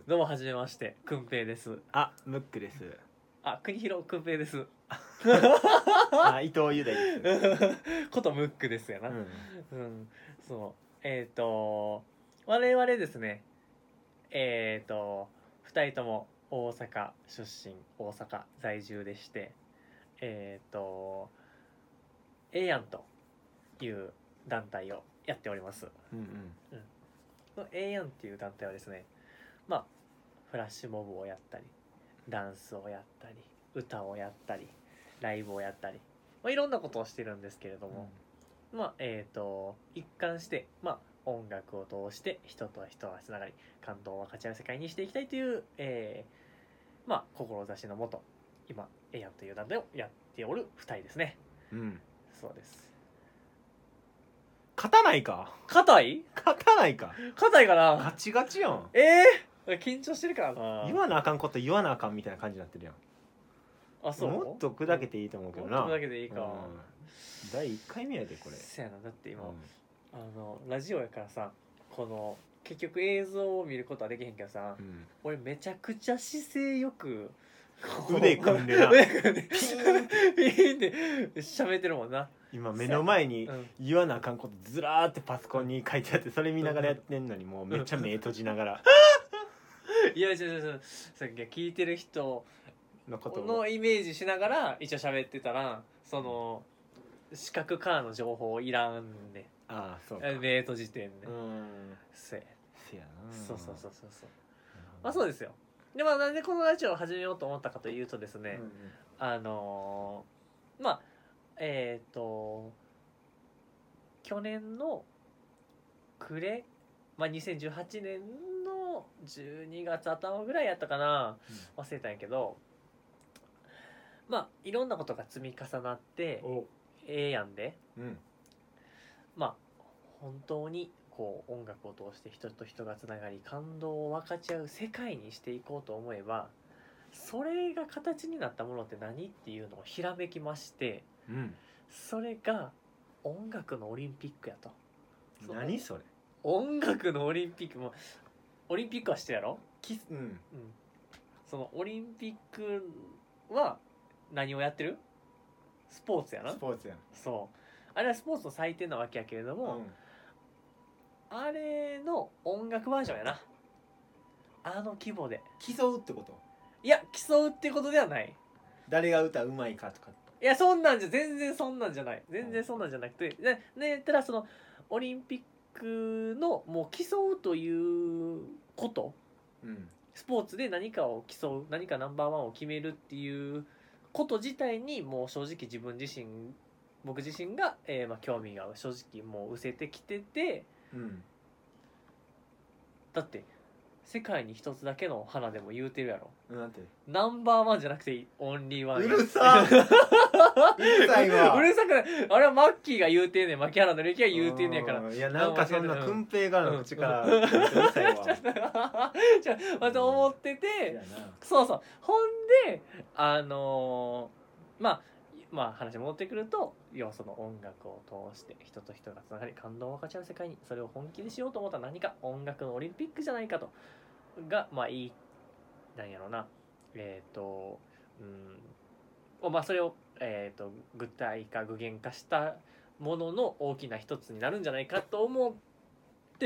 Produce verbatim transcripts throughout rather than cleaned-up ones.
どうもはじめまして、くんぺいです。 あ、ムックです。 あ、国広くんぺいです。 あ、伊藤雄大です。 ことムックですやな。 うん、 うん、そう。えっ、ー、と我々ですね。えっ、ー、と二人とも大阪出身、大阪在住でして、えっ、ー、とええやんという団体をやっております。 うんうん。 うん。ええやんっていう団体はですね、まあフラッシュモブをやったり、ダンスをやったり、歌をやったり、ライブをやったり、まあ、いろんなことをしてるんですけれども、うん、まあえっ、ー、と一貫してまあ音楽を通して人と人がつながり感動を分かち合う世界にしていきたいという、えー、まあ志のもと今エアンという団体をやっておるふたりですね。 うん。 そうです。 勝たないか。 硬い？ 勝たないか。 硬いかな。 ガチガチやん。 ええー、緊張してるからな。 言わなあかんこと言わなあかんみたいな感じになってるやん。 あ、そう。 もっと砕けていいと思うけどな。 もっと砕けていいか。うん、 だいいっかいめやでこれ。 せやな、だって今、 うん、 あのラジオやからさ、この結局映像を見ることはできへんけどさ、うん、俺めちゃくちゃ姿勢よく腕組んでな腕組んでピーンピーンって喋ってるもんな。 今目の前に言わなあかんことずらーってパソコンに書いてあって、それ見ながらやってんのにもうめっちゃ目閉じながらいやいやいやいや、さっき聞いてる人のことのイメージしながら一応喋ってたら、その視覚からの情報いらんね。 ああ、そうか。 目閉じてんね。 うん。 せせやな。 そうそうそうそうそう。まあそうですよ。でまあなんでこのラジオを始めようと思ったかというとですね、うんうん、あのー、まあえっ、ー、と去年の暮れ、まあにせんじゅうはちねんのじゅうにがつ頭ぐらいやったかな、うん、忘れたんやけど、まあいろんなことが積み重なってええやんで、うん、まあ本当にこう音楽を通して人と人がつながり感動を分かち合う世界にしていこうと思えば、それが形になったものって何っていうのをひらめきまして、うん、それが音楽のオリンピックやと。 何それ？ 音楽のオリンピックもオリンピックはしてやろ、キス、うんうん、そのオリンピックは何をやってる？スポーツやな。 スポーツやん。 そうあれはスポーツの祭典なわけやけれども、うん、あれの音楽バージョンやな。あの規模で競うってこと？ いや競うってことではない。 誰が歌うまいかとか。 いやそんなんじゃ全然そんなんじゃない全然そんなんじゃなくて、ねねただそのオリンピックのもう競うということ、うん、スポーツで何かを競う、何かナンバーワンを決めるっていうこと自体にもう正直自分自身僕自身が、えーまあ、興味が正直もう失せてきてて、うん、だって世界に一つだけの花でも言うてるやろ。 なんてナンバーワンじゃなくてオンリーワン。 うるさうるさいわ。 うるさくない。あれはマッキーが言うてんねん。牧原の歴が言うてんねんから。 いやなんかそんなくんぺいがの口からうるさいわ。 じゃまた思ってて、そうそうほんであのー、まあまあ話戻ってくると、要はその音楽を通して人と人がつながり感動を分かち合う世界に、それを本気でしようと思ったら何か音楽のオリンピックじゃないかとがまあいいなんやろな、えっ、ー、とうんまあそれを、えー、と具体化具現化したものの大きな一つになるんじゃないかと思って、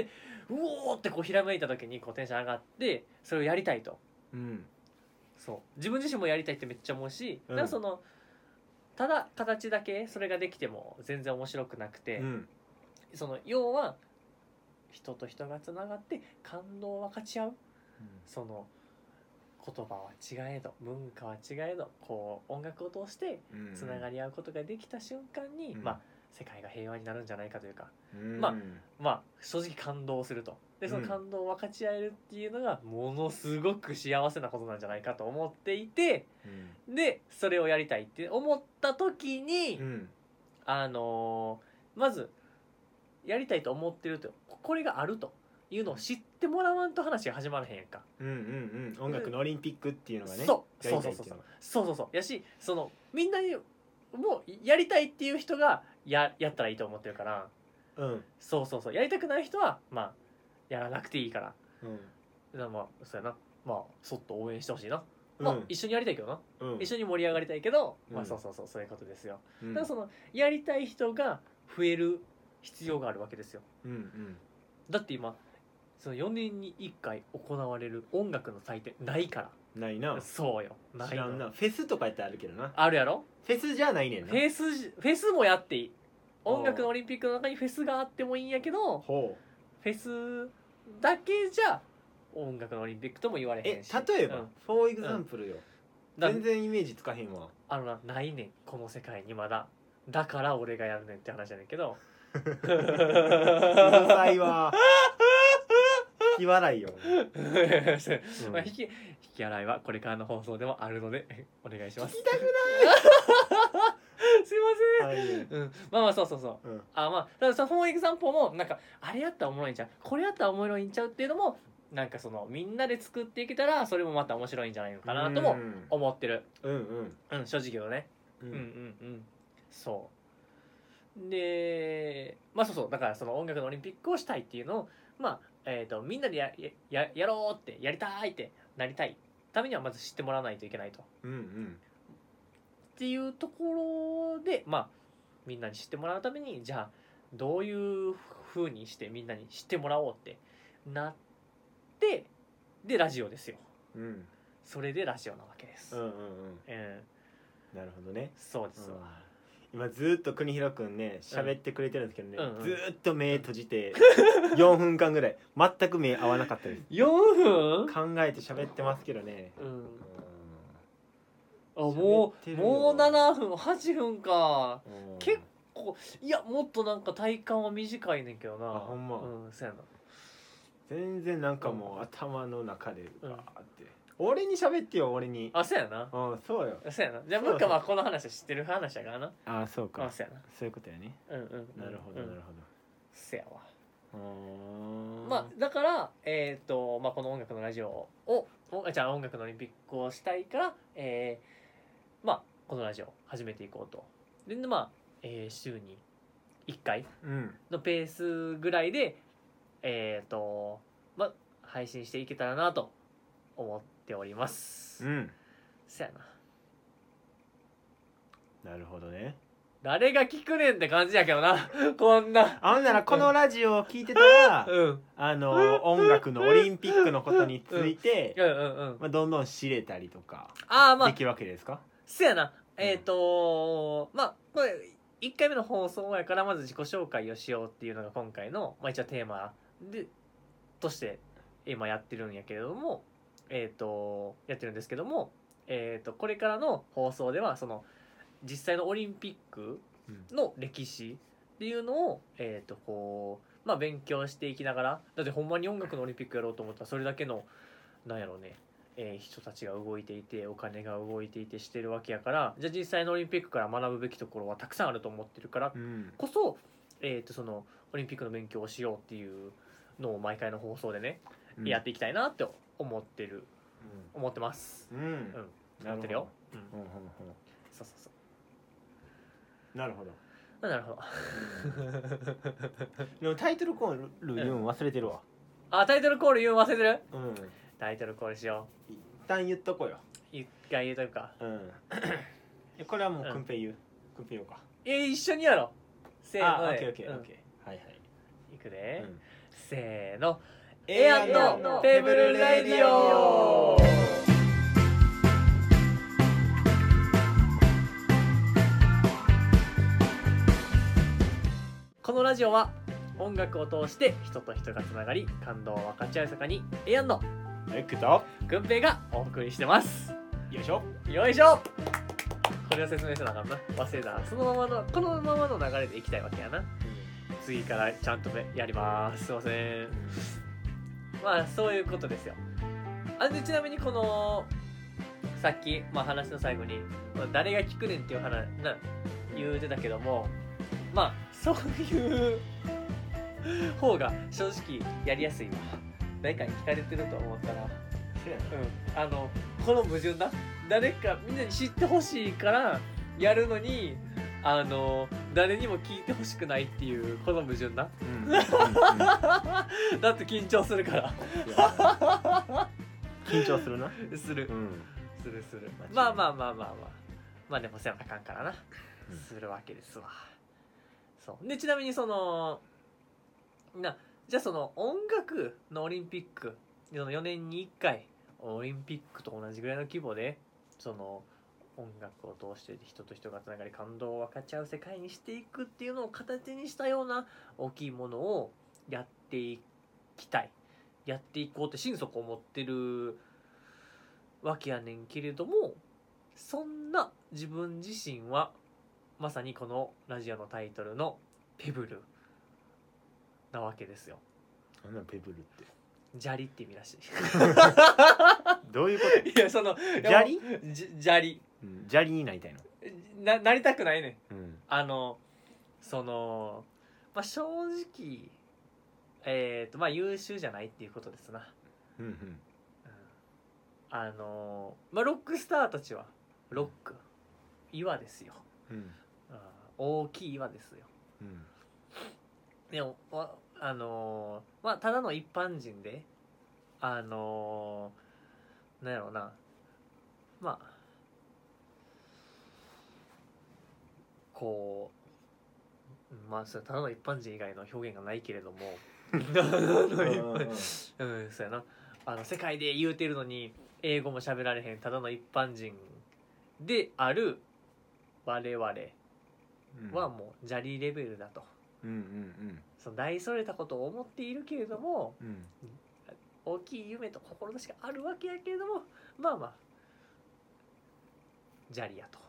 うおーってこうひらめいた時にこうテンション上がってそれをやりたいと、うん、そう自分自身もやりたいってめっちゃ思うし、うん、だからそのただ形だけそれができても全然面白くなくて、うん、その要は人と人がつながって感動を分かち合う、うん、その言葉は違えど文化は違えどこう音楽を通してつながり合うことができた瞬間に、うん、まあ世界が平和になるんじゃないかというか、うん、まあまあ正直感動すると。でその感動を分かち合えるっていうのがものすごく幸せなことなんじゃないかと思っていて、うん、でそれをやりたいって思った時に、うん、あのー、まずやりたいと思ってるとこれがあるというのを知ってもらわんと話が始まらへんやんか。 うんうんうん。音楽のオリンピックっていうのがね。 そうそうそうそうそうそうそうそうやし、そのみんなにもうやりたいっていう人がややったらいいと思ってるから、うん、そうそうそうやりたくない人はまあやらなくていいから、うん、 だまあそうやな、まあそっと応援してほしいな、まあうん一緒にやりたいけどな、 うん一緒に盛り上がりたいけど、 うんまあそうそうそうそういうことですよ、 うんだからそのやりたい人が増える必要があるわけですよ。 うんうんだって今そのよねんにいっかい行われる音楽の祭典ないから。 ないな。 そうよ、ないの知らんな。フェスとかやったらあるけどな。 あるやろ。 フェスじゃないねんな。 フェスじフェスもやっていい、音楽のオリンピックの中にフェスがあってもいいんやけど、 ほう。 フェスだけじゃ音楽のオリンピックとも言われへえんし、 例えば、 うんフォーエグザンプルよ、 だ全然イメージつかへんわ。 あのな、ないねんこの世界にまだ、だから俺がやるねんって話やねんけどうるさいわ。引き笑いよ、 まあ、引き引き洗いはこれからの放送でもあるのでお願いします。 聞きたくすいまない。はいせん、うん、まあまあそうそうそう、 うんあまあだからそのフォーエグザンポもなんかあれやったらおもろいんちゃう、これやったらおもろいんちゃうっていうのもなんかそのみんなで作っていけたらそれもまた面白いんじゃないのかなとも思ってる。 うんうんうん、正直よね。 ううんうんうんそうで、まあそうそう、だからその音楽のオリンピックをしたいっていうのをまあえー、とみんなで や, や, やろうってやりたいってなりたいためにはまず知ってもらわないといけないと、 うんうんっていうところでまあみんなに知ってもらうためにじゃあどういう風にしてみんなに知ってもらおうってなってでラジオですよ。 うんそれでラジオなわけです。 うんうんうんえなるほどね。 ーそうですわ、 今ずーっと国広くんね喋ってくれてるんですけどね、 うんうんずーっと目閉じてよんふんかんぐらい全く目合わなかったです。 よんふん、 考えて喋ってますけどね。 うん、 うんあもう喋ってるよもうななふんはちふんか、 うん結構いやもっとなんか体感は短いねんけどな。 あほんまうんそうやな。 全然なんかもう頭の中でバーって、俺に喋ってよ俺に。 あそうやな、 うんそうよ。 そうやな。じゃあそうそうムッカはこの話知ってる話やからな。 あそうか、 あそうやな。 そういうことやね。 うんうんうん、 なるほどなるほせやわ。 ど。うーんまあだからえっ、とまあこの音楽のラジオをおじゃあ音楽のオリンピックをしたいからえー、まあこのラジオを始めていこうと。でまあ、えー、週にいっかいうんのペースぐらいでえっ、とまあ配信していけたらなと思っております。 うんそやな。 なるほどね。 誰が聞くねんって感じやけどなこんな。 あほんならこのラジオを聞いてたら、 うんあの音楽のオリンピックのことについて、 うんうんうん。 まあ、どんどん知れたりとかああまあできるわけですか。 そやな。えっ、とまあこれいっかいめの放送やからまず自己紹介をしようっていうのが今回の、まあ、一応テーマでとして今やってるんやけれども、えっ、とやってるんですけども、えっ、とこれからの放送ではその実際のオリンピックの歴史っていうのを、えっ、とこうまあ勉強していきながら、だってほんまに音楽のオリンピックやろうと思ったらそれだけのなんやろうね、えー人たちが動いていてお金が動いていてしてるわけやから、じゃあ実際のオリンピックから学ぶべきところはたくさんあると思ってるからうんこそ、えー、とそのオリンピックの勉強をしようっていうのを毎回の放送でね、 うんやっていきたいなって思ってる思ってます。 うん、うんうんなるほど思ってるよ。うんうんうんそうそうそうんなるほど。 う。なるほど。 でもタイトルコール言うん忘れてるわ。 あタイトルコール言うの忘れてる？ うんタイトルコールしよ一旦言っとこうよ。 う。一回言うとくか。 うんこれはもうくんぺい言う、くんぺい言おうか。 えー、一緒にやろう。せーあオので。うんッケーオッケーオッケーはいはい。 いくで、 うんせーの。 エアンドペブルレディオ。 このラジオは音楽を通して人と人がつながり感動を分かち合う坂にエアンのエクとくんぺいがお送りしてます。 よいしょ。 よいしょ。これを説明してなかったな、忘れた。そのままのこのままの流れでいきたいわけやな。次からちゃんとやりますすいません。まあそういうことですよ。あでちなみにこのさっき、まあ、話の最後に誰が聞くねんっていう話な言うてたけども、まあそういう方が正直やりやすいわ。誰かに聞かれてると思ったら、うん、あのこの矛盾だ、誰かみんなに知ってほしいからやるのにあの誰にも聞いてほしくないっていうこの矛盾な、 うんうんうんうん、 だって緊張するから緊張するな、 する、 うん、 するする間違いないまあまあまあまあまあまあでもせなあかんからな、 うんするわけですわ。そうでちなみにそのなじゃあその音楽のオリンピックそのよねんにいっかいオリンピックと同じぐらいの規模でその音楽を通して人と人がつながり感動を分かち合う世界にしていくっていうのを形にしたような大きいものをやっていきたいやっていこうって心底思ってるわけやねんけれどもそんな自分自身はまさにこのラジオのタイトルのペブルなわけですよ。 なんなんペブルって砂利って意味らしいどういうこといやその砂利じ砂利うん、砂利になりたいの、 ななりたくないねん。 うん、 あのそのまあ正直えっ、ー、とまあ優秀じゃないっていうことですな、 うんうんうん、あのまあロックスターたちはロック岩ですよ、 うんあ大きい岩ですよ。 うんでもわあのーまあただの一般人であのー、なんやろうなまあこうまあそれただの一般人以外の表現がないけれどもうんそうやなあの世界で言うてるのに英語も喋られへんただの一般人である我々はもう砂利レベルだと、 うんうんうんその大それたことを思っているけれどもうん大きい夢と志があるわけやけれどもまあまあ砂利やと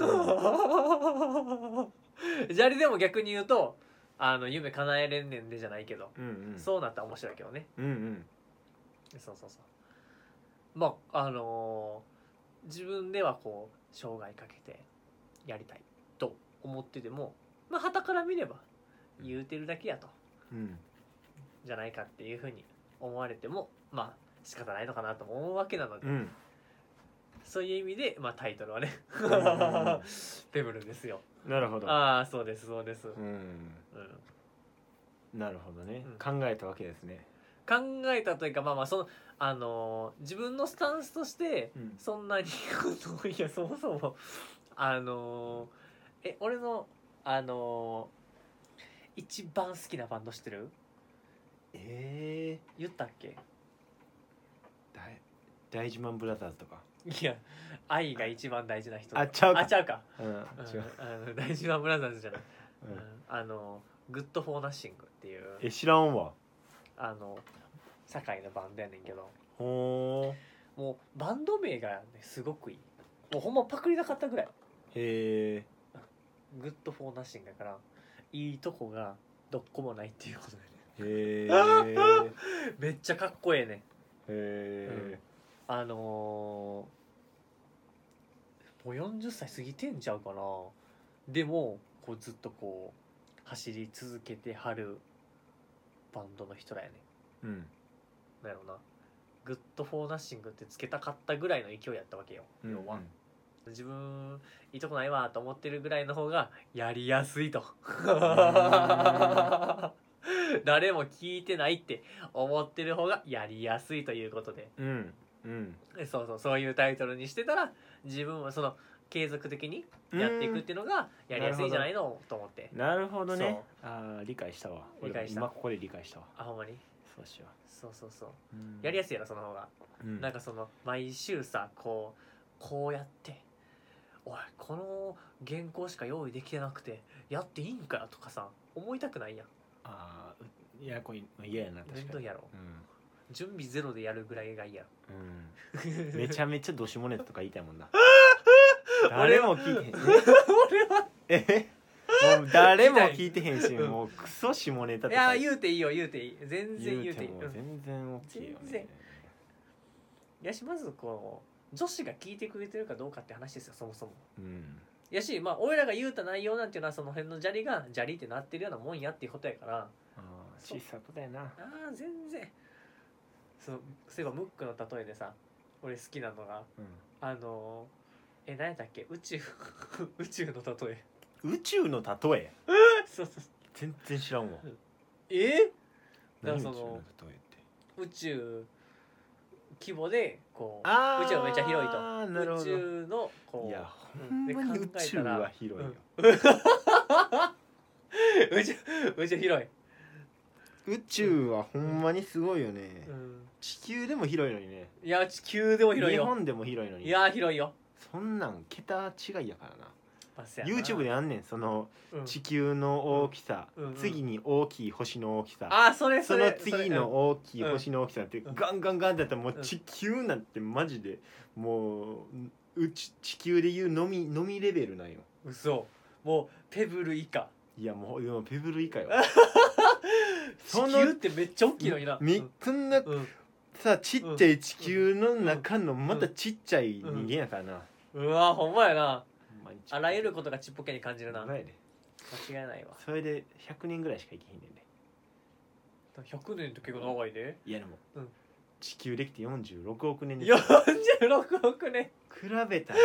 砂利でも逆に言うとあの夢叶えれんねんでじゃないけど、 うんうんそうなったら面白いけどね。 うんうんそうそうそうまああのー自分ではこう生涯かけてやりたいと思っててもまあ傍から見れば言うてるだけやとうんじゃないかっていうふうに思われてもまあ仕方ないのかなと思うわけなので、 うんそういう意味で、まあ、タイトルはねペブルですよ。 なるほどああそうですそうです、うんうんなるほどね、 うん考えたわけですね。 考えたというかまあまあそのあのー自分のスタンスとしてうんそんなにいやそもそもあのーえ俺のあのー一番好きなバンド知ってる？ ええ言ったっけ？ ー、大大事マンブラザーズとかいや愛が一番大事な人あちゃうかあちゃうか、 うんうん、 違う、 あの大事なブラザーズじゃない、 うんうんあのグッドフォーナッシングっていうえ知らんわ。 あの堺のバンドやねんけどほーもうバンド名がねすごくいいもうほんまパクリなかったぐらいへえグッドフォーナッシングだからいいとこがどっこもないっていうことだよねへえめっちゃかっこええねんへえあのー、もうよんじゅっさい過ぎてんちゃうかなでもこうずっとこう走り続けてはるバンドの人らやねんうんなんやろなグッドフォーナッシングってつけたかったぐらいの勢いやったわけよ、 うん要は自分いいとこないわと思ってるぐらいの方がやりやすいと誰も聞いてないって思ってる方がやりやすいということでうんうんそうそうそういうタイトルにしてたら自分はその継続的にやっていくっていうのがやりやすいんじゃないのと思ってなるほどね。ああ理解したわ。 理解した今ここで理解したわ。 あほんまにそうしよそうそうそうう、うんやりやすいやろその方が、 うんなんかその毎週さこうこうやっておいこの原稿しか用意できてなくてやっていいんかよとかさ思いたくないやんああいやこれ嫌やな確かに面倒やろう準備ゼロでやるぐらいがいいやろん、うん、めちゃめちゃどしもネタとか言いたいもんな誰も聞いてへん俺はえもう誰も聞いてへんしもうクソ下ネタといかや言うていいよ言うていい全然言うていいもうん全然 OK よ全然ね。 やしまずこう女子が聞いてくれてるかどうかって話ですよそもそもうんやしまあ俺らが言うた内容なんていうのはその辺の砂利が砂利ってなってるようなもんやっていうことやからあー小さいことやな。 あー全然そうそういえばムックの例えでさ俺好きなのがうんあのえ何やったっけ宇宙宇宙の例え宇宙の例えそうそう全然知らんわ。 えだから何宇宙のその例えって宇宙規模でこうあー宇宙がめっちゃ広いとなるほど宇宙のこういやうんでほんまに考宇宙えたらは広いよ、 宇宙宇宙広い、 宇宙はほんまにすごいよね、 うん、 地球でも広いのにね、 いや地球でも広いよ。 日本でも広いのに、 いや広いよ。 そんなん桁違いやからな。 まあせやな YouTube であんねんそのうん地球の大きさ、 うんうんうん次に大きい星の大きさ、 あそれそそれの次の大きい星の大きさってうんガンガンガンってやったらもううん地球なんてマジでもううち地球でいう飲み飲みレベルなんよ。 嘘もうペブル以下いやもうでもペブル以下よ地その球ってめっちゃ大きいのにな。 みこんなうんさちっちゃい地球の中のまたちっちゃい人間やからな、 うわほんまやな。 ほんまにちっちゃいあらゆることがちっぽけに感じるな。間ほんまやで違いないわ。 それでひゃくねんぐらいしか生きへんねんで。 ひゃくねんって結構長いで。 いやでも、 うん地球できてよんじゅうろくおくねんでよんじゅうろくおくねん比べたら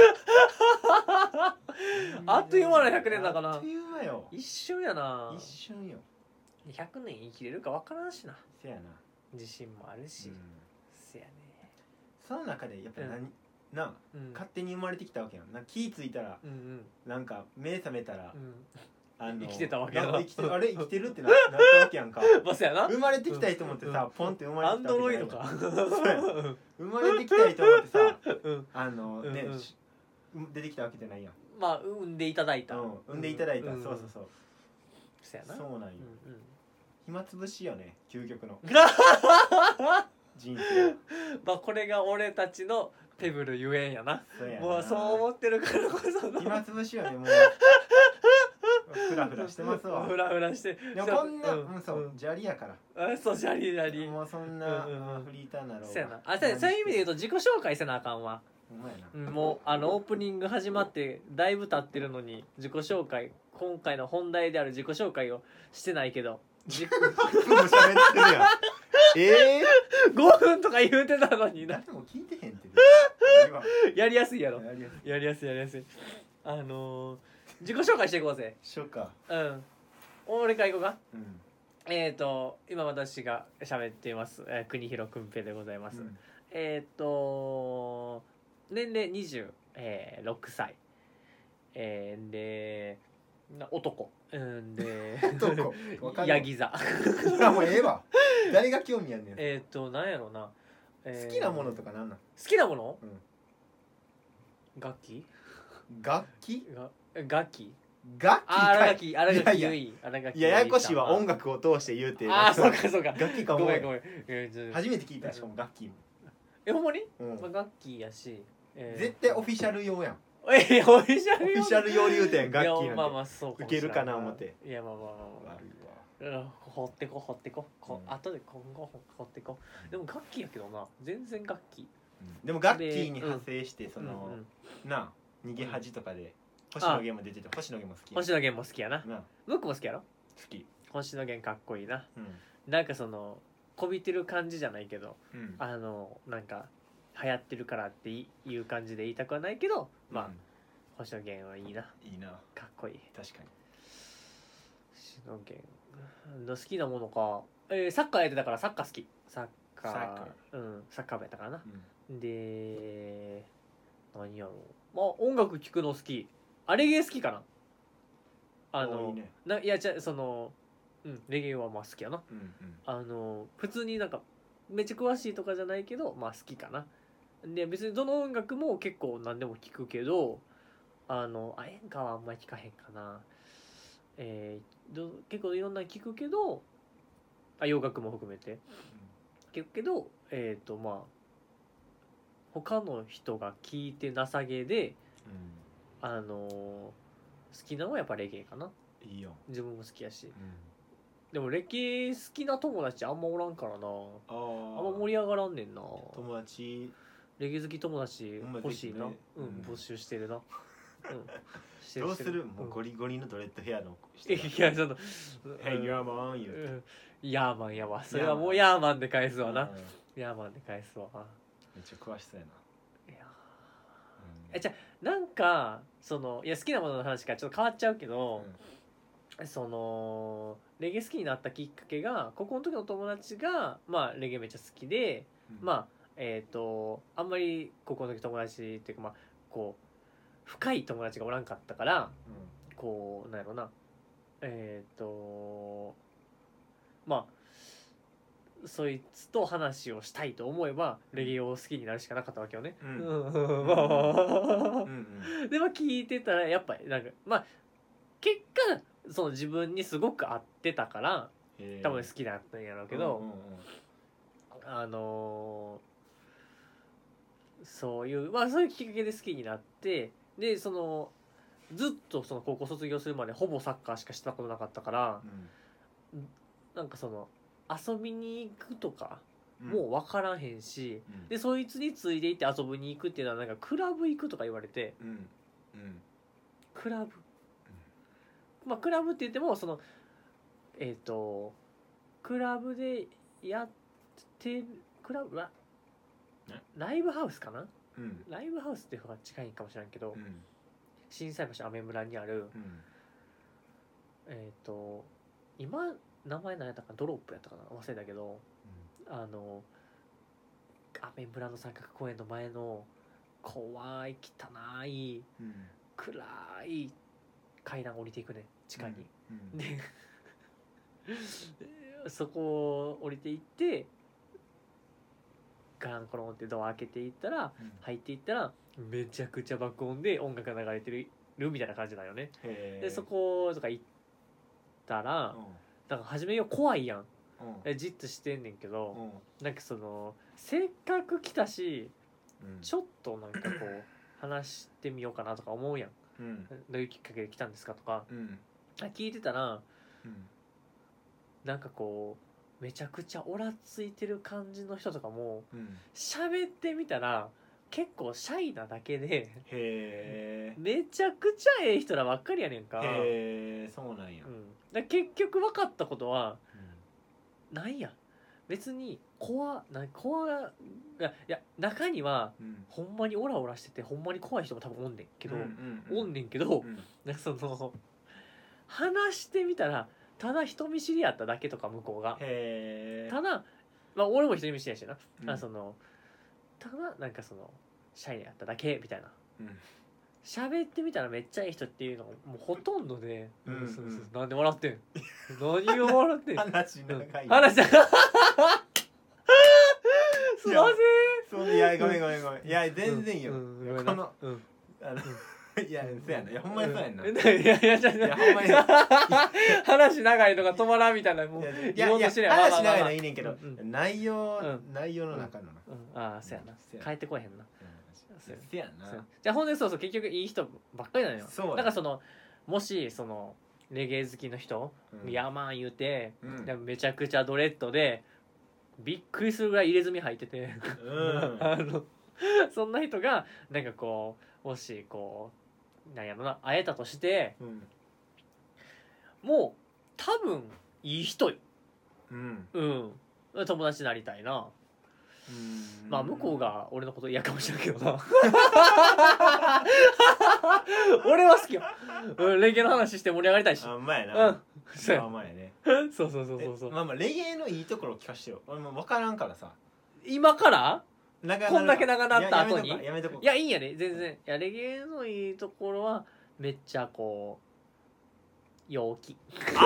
あっという間のひゃくねんだからあっという間よ一瞬やな。 一瞬よ。 ひゃくねん生きれるかわからんしな。 せやな、 自信もあるし、 うんせやね。 その中でやっぱり何、 うんなうん勝手に生まれてきたわけやんな。気ぃついたらうんうんなんか目覚めたら、 うんあの生きてたわけやななんか生きてあれ生きてるってななったわけやんかまあせやな。 生まれてきた人もってさ、ポンって生まれアンてきたわドロイドけじゃないやんか。 そうや生まれてきた人もってさうんあのね、 うんうんし出てきたわけじゃないやん、 まあ産んでいただいた。 うん、産んでいただいた、 んそうそうそうせやな。 そうなんよ、 うんうん暇つぶしよね究極の人生は。 まあこれが俺たちのペブルゆえんやな。 そうやなもうそう思ってるからこその暇つぶしよねもうフラフラしてますわ。 フラフラして。 でもこんな、 ううんん、そう、砂利やからあそうジャリジャリ。 もうそんな、 うんうんうんまあフリーターなろうがせやな。あそうやそういう意味で言うと自己紹介せなあかんわ。 ほんまやな、 うんもうあのオープニング始まってだいぶ経ってるのに自己紹介今回の本題である自己紹介をしてないけどじもう喋ってるやんええごふんとか言うてたのにー、 な。 誰も聞いてへんってやりやすいやろ。 やりやすいやりやすいやりやすい。あのー、自己紹介していこうぜ。 しようか。 うん俺からいこうか。 うんえーと今私が喋っています、えー、国広くんぺいでございます、 うんえーと年齢にじゅうろくさい、えー、でな男うんで男わかるわヤギ座いやもうええわ誰が興味あんねんえーとなんやろな、えー好きなものとかなんなん好きなもの、 うん楽器楽器が楽器楽器あ荒垣い荒垣いや結衣荒垣いやややこしいわ音楽楽を通して言うてああそうかそうか楽器かもごめんごめん、えー、 初めて聞いたしかも楽器、 えほんまに、 うんまあ、楽器やし、えー、 絶対オフィシャル用やんえオフィシャルオフィシャル用で言うてん楽器なんていやまあまあそうかもしれんウケるかな思っていやまあまあまあまあ悪いわうん掘ってこ掘ってここ、 うん後で今後掘ってこでも楽器やけどな全然楽器でも楽器に派生してそうんのうんなあ逃げ恥とかで星野源も出てて星野源も好き星野源も好きやななあ僕も好きやろ好き星野源かっこいいなうんなんかそのこびてる感じじゃないけどうんあのなんか流行ってるからっていう感じで言いたくはないけどまあ、 うん星野源はいいないいなかっこいい確かに星野源好きなものか、えー、サッカーやってたからサッカー好きサッカーサッカうんサッカー部やったからなうんで何やろうまあ音楽聴くの好きあレゲエ好きかなあのおいいねないやじゃそのうんレゲエはまあ好きやなうんうんあの普通になんかめっちゃ詳しいとかじゃないけどまあ好きかなで別にどの音楽も結構何でも聴くけどあのあ演歌はあんまり聴かへんかなえー、ど結構いろんなの聴くけどあ洋楽も含めて聞くけどえっ、ー、とまあ他の人が聞いて情けであのー好きなのはやっぱレゲエかなうんいいよ自分も好きやしうんでもレゲエ好きな友達あんまおらんからなああんあま盛り上がらんねんな友達レゲエ好き友達ほんま欲しいな、 ぜひねうんうん募集してるなうんしてどうしてするもうゴリゴリのドレッドヘアの人いやその 「Hey you're man」言うてうんヤーマンやわそれはもうヤーマンで返すわなうんヤーマンで返すわめっちゃ詳しそうやないやえじゃあなんかそのいや好きなものの話からちょっと変わっちゃうけど、そのレゲエ好きになったきっかけが高校の時の友達が、まあ、レゲエめっちゃ好きで、 うんまあえっ、とあんまり高校の時友達っていうかまあこう深い友達がおらんかったからこうなんやろなえっ、とまあそいつと話をしたいと思えばレゲエを好きになるしかなかったわけよね。 うんうんまあまあまあうんうんでまあ聞いてたらやっぱりなんかまあ結果その自分にすごく合ってたからへー多分好きだったんやろうけど、 うんうんうんあのーそういうまあそういうきっかけで好きになってでそのずっとその高校卒業するまでほぼサッカーしかしたことなかったからなんかその遊びに行くとかうんもう分からへんし、 うんでそいつについていって遊びに行くっていうのはなんかクラブ行くとか言われてうんうんクラブまあクラブって言ってもそのえっ、とクラブでやってるクラブはねライブハウスかなうんライブハウスっていう方が近いかもしれんけど、 うん心斎橋アメ村にあるうんえっ、と今名前何やったかなドロップやったかな忘れたけどあのアメ村の三角公園の前の怖い汚いうん暗い階段降りていくね地下に、 うんでそこを降りていってガランコロンってドア開けていったらうん入っていったらめちゃくちゃ爆音で音楽が流れてるみたいな感じだよね。 へーでそことか行ったらうんなんか初めよ怖いやんうんえじっとしてんねんけどうんなんかそのせっかく来たしうんちょっとなんかこう話してみようかなとか思うやん。 うんどういうきっかけで来たんですかとかうん聞いてたらうんなんかこうめちゃくちゃオラついてる感じの人とかもうん喋ってみたら結構シャイなだけでへーめちゃくちゃええ人らばっかりやねんか。 へーそうなんやうん、だ結局分かったことはなんや別に怖な怖がいやいや中にはうんほんまにオラオラしててほんまに怖い人も多分おんねんけど、 うんうんおんねんけど、 うんなんかその話してみたらただ人見知りやっただけとか向こうがへーただまあ俺も人見知りやしな、 うんあそのただなんかそのシャイやっただけみたいなうん喋ってみたらめっちゃいい人っていうのがもうほとんどで、 うんうんそうそうなんで笑ってん何を笑ってん話長い話だすいまそういやごめんごめんごめんいや全然いいよせん、うん、ごめんこなのうんあのいやそうやないやほんまにそうやんなうんいやいやいやじゃいやほんまに話長いのが止まらんみたいなもういやい言やいやおうとしてるやん話長いのまあまあまあはいいねんけどうんうん内容うん内容の中のなうんああそうやなそうや帰ってこえへんなうんせやなそうじゃあほんでそうそう結局いい人ばっかりなのよそうやだからそのもしそのレゲエ好きの人、 うんヤーマン言うて、 うんでめちゃくちゃドレッドでびっくりするぐらい入れ墨入ってて、 うんあのそんな人がなんかこうもしこうなんやろな会えたとしてうんもう多分いい人よ。 うんうん友達になりたいな。 うんまあ向こうが俺のこと嫌かもしれんけどな俺は好きよ、うん、レゲエの話して盛り上がりたいしあうまいうんなそうやあうまいねそうそうそうそうそうえまあまあレゲエのいいところを聞かしてよ俺もう分からんからさ今から長こんだけ長なった後にややめとこういやいいんやね全然いやレゲエのいいところはめっちゃこう陽気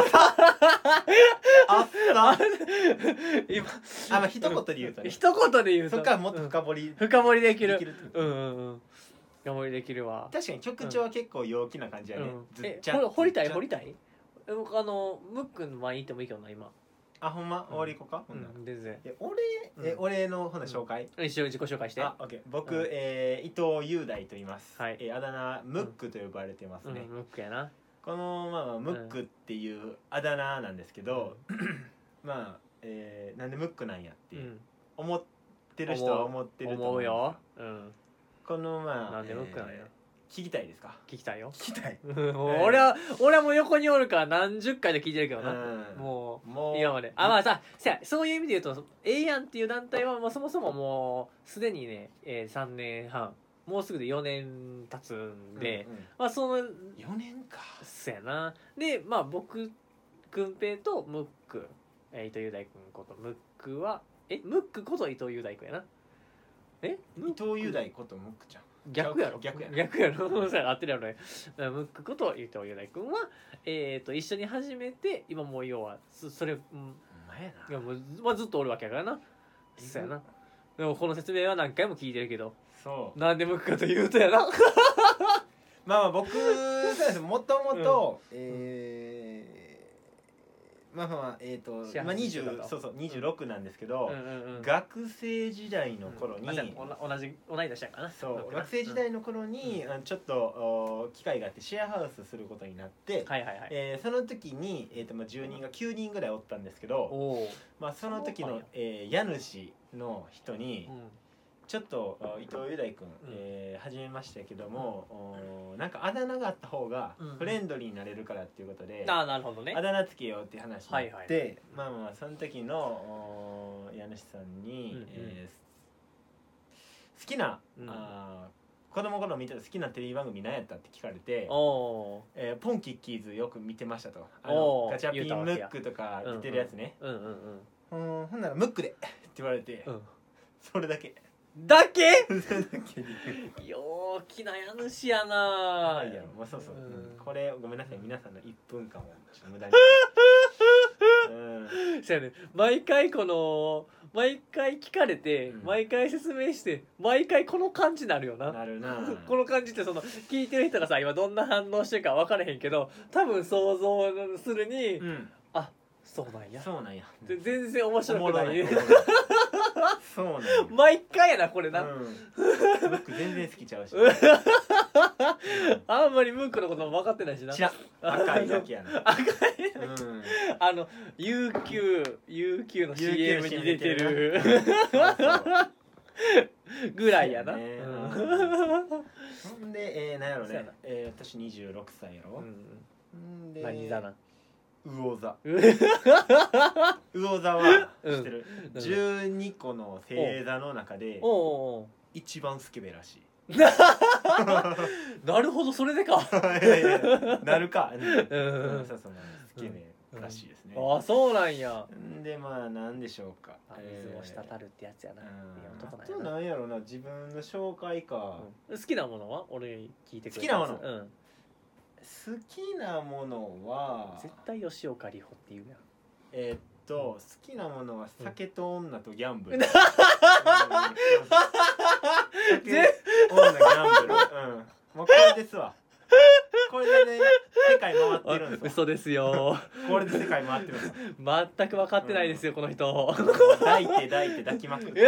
あった今あまあ一言で言うとね一言で言うとそっからもっとうん深掘り深掘りできるできるってことうんうんうん深掘りできるわ確かに曲調は結構陽気な感じやねうんえずっちゃほ掘りたいずっちゃ掘りたいえ僕あのムックの前に行ってもいいけどな今あほんま終わり行こうかほんならうん全然え俺えうん俺のほんなら紹介一応自己紹介してあオッケー僕うんえー伊藤雄大と言いますはいえーあだ名ムックと呼ばれてますうんねムックやなこのまあまあムックっていうあだ名なんですけどまあえーなんでムックなんやってうん思ってる人は思ってると思うようんうんですこのまあなんでムックなんやえー聞きたいですか聞きたいよ聞きたいもう俺は俺はもう横におるから何十回で聞いてるけどなうんももうう今まであまあさせやそういう意味で言うとええやんっていう団体はもうそもそももうすでにね、えー、さんねんはんもうすぐでよねん経つんで、 うんうん、 まあそのよねんかそやな。でまあ僕くんぺいとムック、えー、伊藤雄大君ことムックはえムックこと伊藤雄大君やな。え伊藤雄大ことムックちゃん逆やろ逆や逆やろそうや合ってるやろね。ムックこと伊藤雄大君は、えー、と一緒に始めて今もう要はそそれ、うん、 前やいやもう、まあ、ずっとおるわけやからな。そうやな。でもこの説明は何回も聞いてるけど、 そうなんでムックかというとやな。 まあまあ僕そうですもともとえーまあまあえっ、ー、とまあにじゅうそうそうにじゅうろくなんですけど、 うんうんうん、 学生時代の頃に、 うん、同じ同い年やからな。 そう学生時代の頃に、うん、ちょっと機会があってシェアハウスすることになって、 はいはいはい、 えー、その時に、えーとまあ、住人がきゅうにんぐらいおったんですけど、 おまあ、その時の、えー、家主の人に、うんちょっと伊藤雄大君、うんえー、初めましてやけども、うん、なんかあだ名があった方がフレンドリーになれるからっていうことで、 うん、あ, なるほどね、 あだ名つけようっていう話になって、はいはい、まあまあその時の家主さんに、うんうんえー、好きな、うん、あ子供頃見てた好きなテレビ番組何やったって聞かれて、おえー、ポンキッキーズよく見てましたと、あのガチャピンムックとか出てるやつね、うんうんうんうん、ほんならムックでって言われて、うん、それだけだけ陽気な家主やな。 いやもうそうそう、うん、これごめんなさい皆さんのいっぷんかんをちょっと無駄にうんそうやね、毎回この毎回聞かれて、うん、毎回説明して毎回この感じになるよな。 なるなこの感じってその聞いてる人がさ今どんな反応してるか分からへんけど多分想像するに、うん、あそうなんやそうなんや全然面白くないそうなんや毎回やなこれな、 うん、ムック全然好きちゃうしあんまりムックのことも分かってないしな。 知らん赤いだけやな赤いだけ、うん、あの ユーキュー ユーキュー の シーエム に出てるぐらいやな、ねほんで、えー、何やろね、えー、私にじゅうろくさいやろ、うん、で何座な魚座魚座は知ってる、うん、じゅうにこの星座の中で一番スケベらしいなるほどそれでかいやいやなるか、うん、うん、そうそうスケベらしいですね、 うんうん、あそうなんや。 でまあ何でしょうか、 水を滴るってやつやな、 えー、あと何やろな自分の紹介か、 うん、好きなものは俺に聞いてくれ好きなもの、 うん好きなものは絶対吉岡里帆っていうやん。 えー、っと、うん、好きなものは酒と女とギャンブル、うん、酒女ギャンブル、うん、もうこれですわこれでね世界回ってるんですわ。 嘘ですよこれで世界回ってるんです全く分かってないですよ、うん、この人抱いて抱いて抱きまくって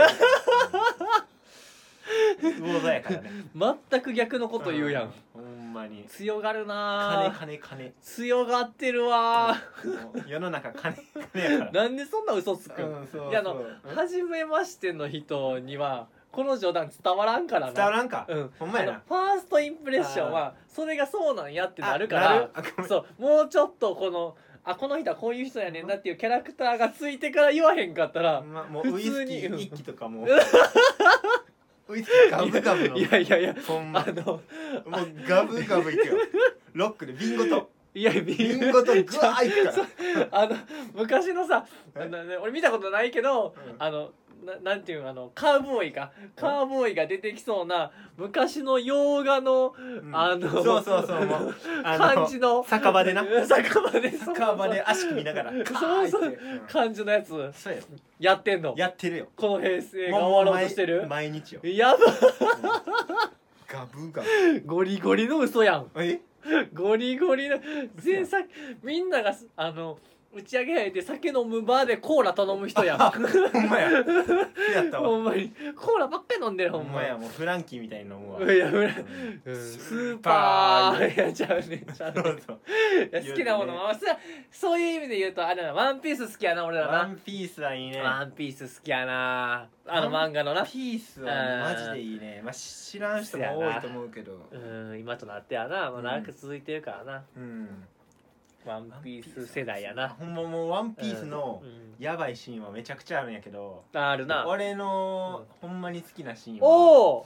魚座やからね全く逆のこと言うやん、 うん、ほんまに強がるな金金金強がってるわ、 うん、世の中金金やからなんでそんな嘘つくん、 うん、そうそういやあの初めましての人にはこの冗談伝わらんからな。 伝わらんか、 うん、 ほんまやな。 ファーストインプレッションはそれがそうなんやってなるからそうもうちょっとこのあこの人はこういう人やねんなっていうキャラクターがついてから言わへんかったら、 ま、もうウイスキー一気とかもウイスキーガブガブのいやいやいやほんまあのもうガブガブいくよロックでビンゴといやビンゴとグワーいくからあの昔のさ俺見たことないけど、うん、あのな, なんていうあのカウボーイかカウボーイが出てきそうな昔の洋画の、うん、あのそうそうそうもう感じの酒場でな酒場で酒場で足組みながらそうそう、うん、感じのやつそうよやってんのやってるよこの平成が終わろうとしてる毎日よやば、うん、 ガブガブゴリゴリの嘘やんえゴリゴリの前作みんながあの打ち上げ入って酒飲むバーでコーラ頼む人やんほんまややったわほんまにコーラばっかり飲んでるほんまほんまやもうフランキーみたいに飲むわいやフラン、うん、スーパーいやちゃうねちゃうねいや好きなものは、ね、そういう意味で言うとあれだワンピース好きやな俺らなワンピースはいいねワンピース好きやなあの漫画のなワンピースはマジでいいねまあ知らん人も多いと思うけどうん今となってやな、まあ、長く続いてるからなうん、うんワンピース世代やなほんまもうワンピースのやばいシーンはめちゃくちゃあるんやけど、 あるな俺のほんまに好きなシーンは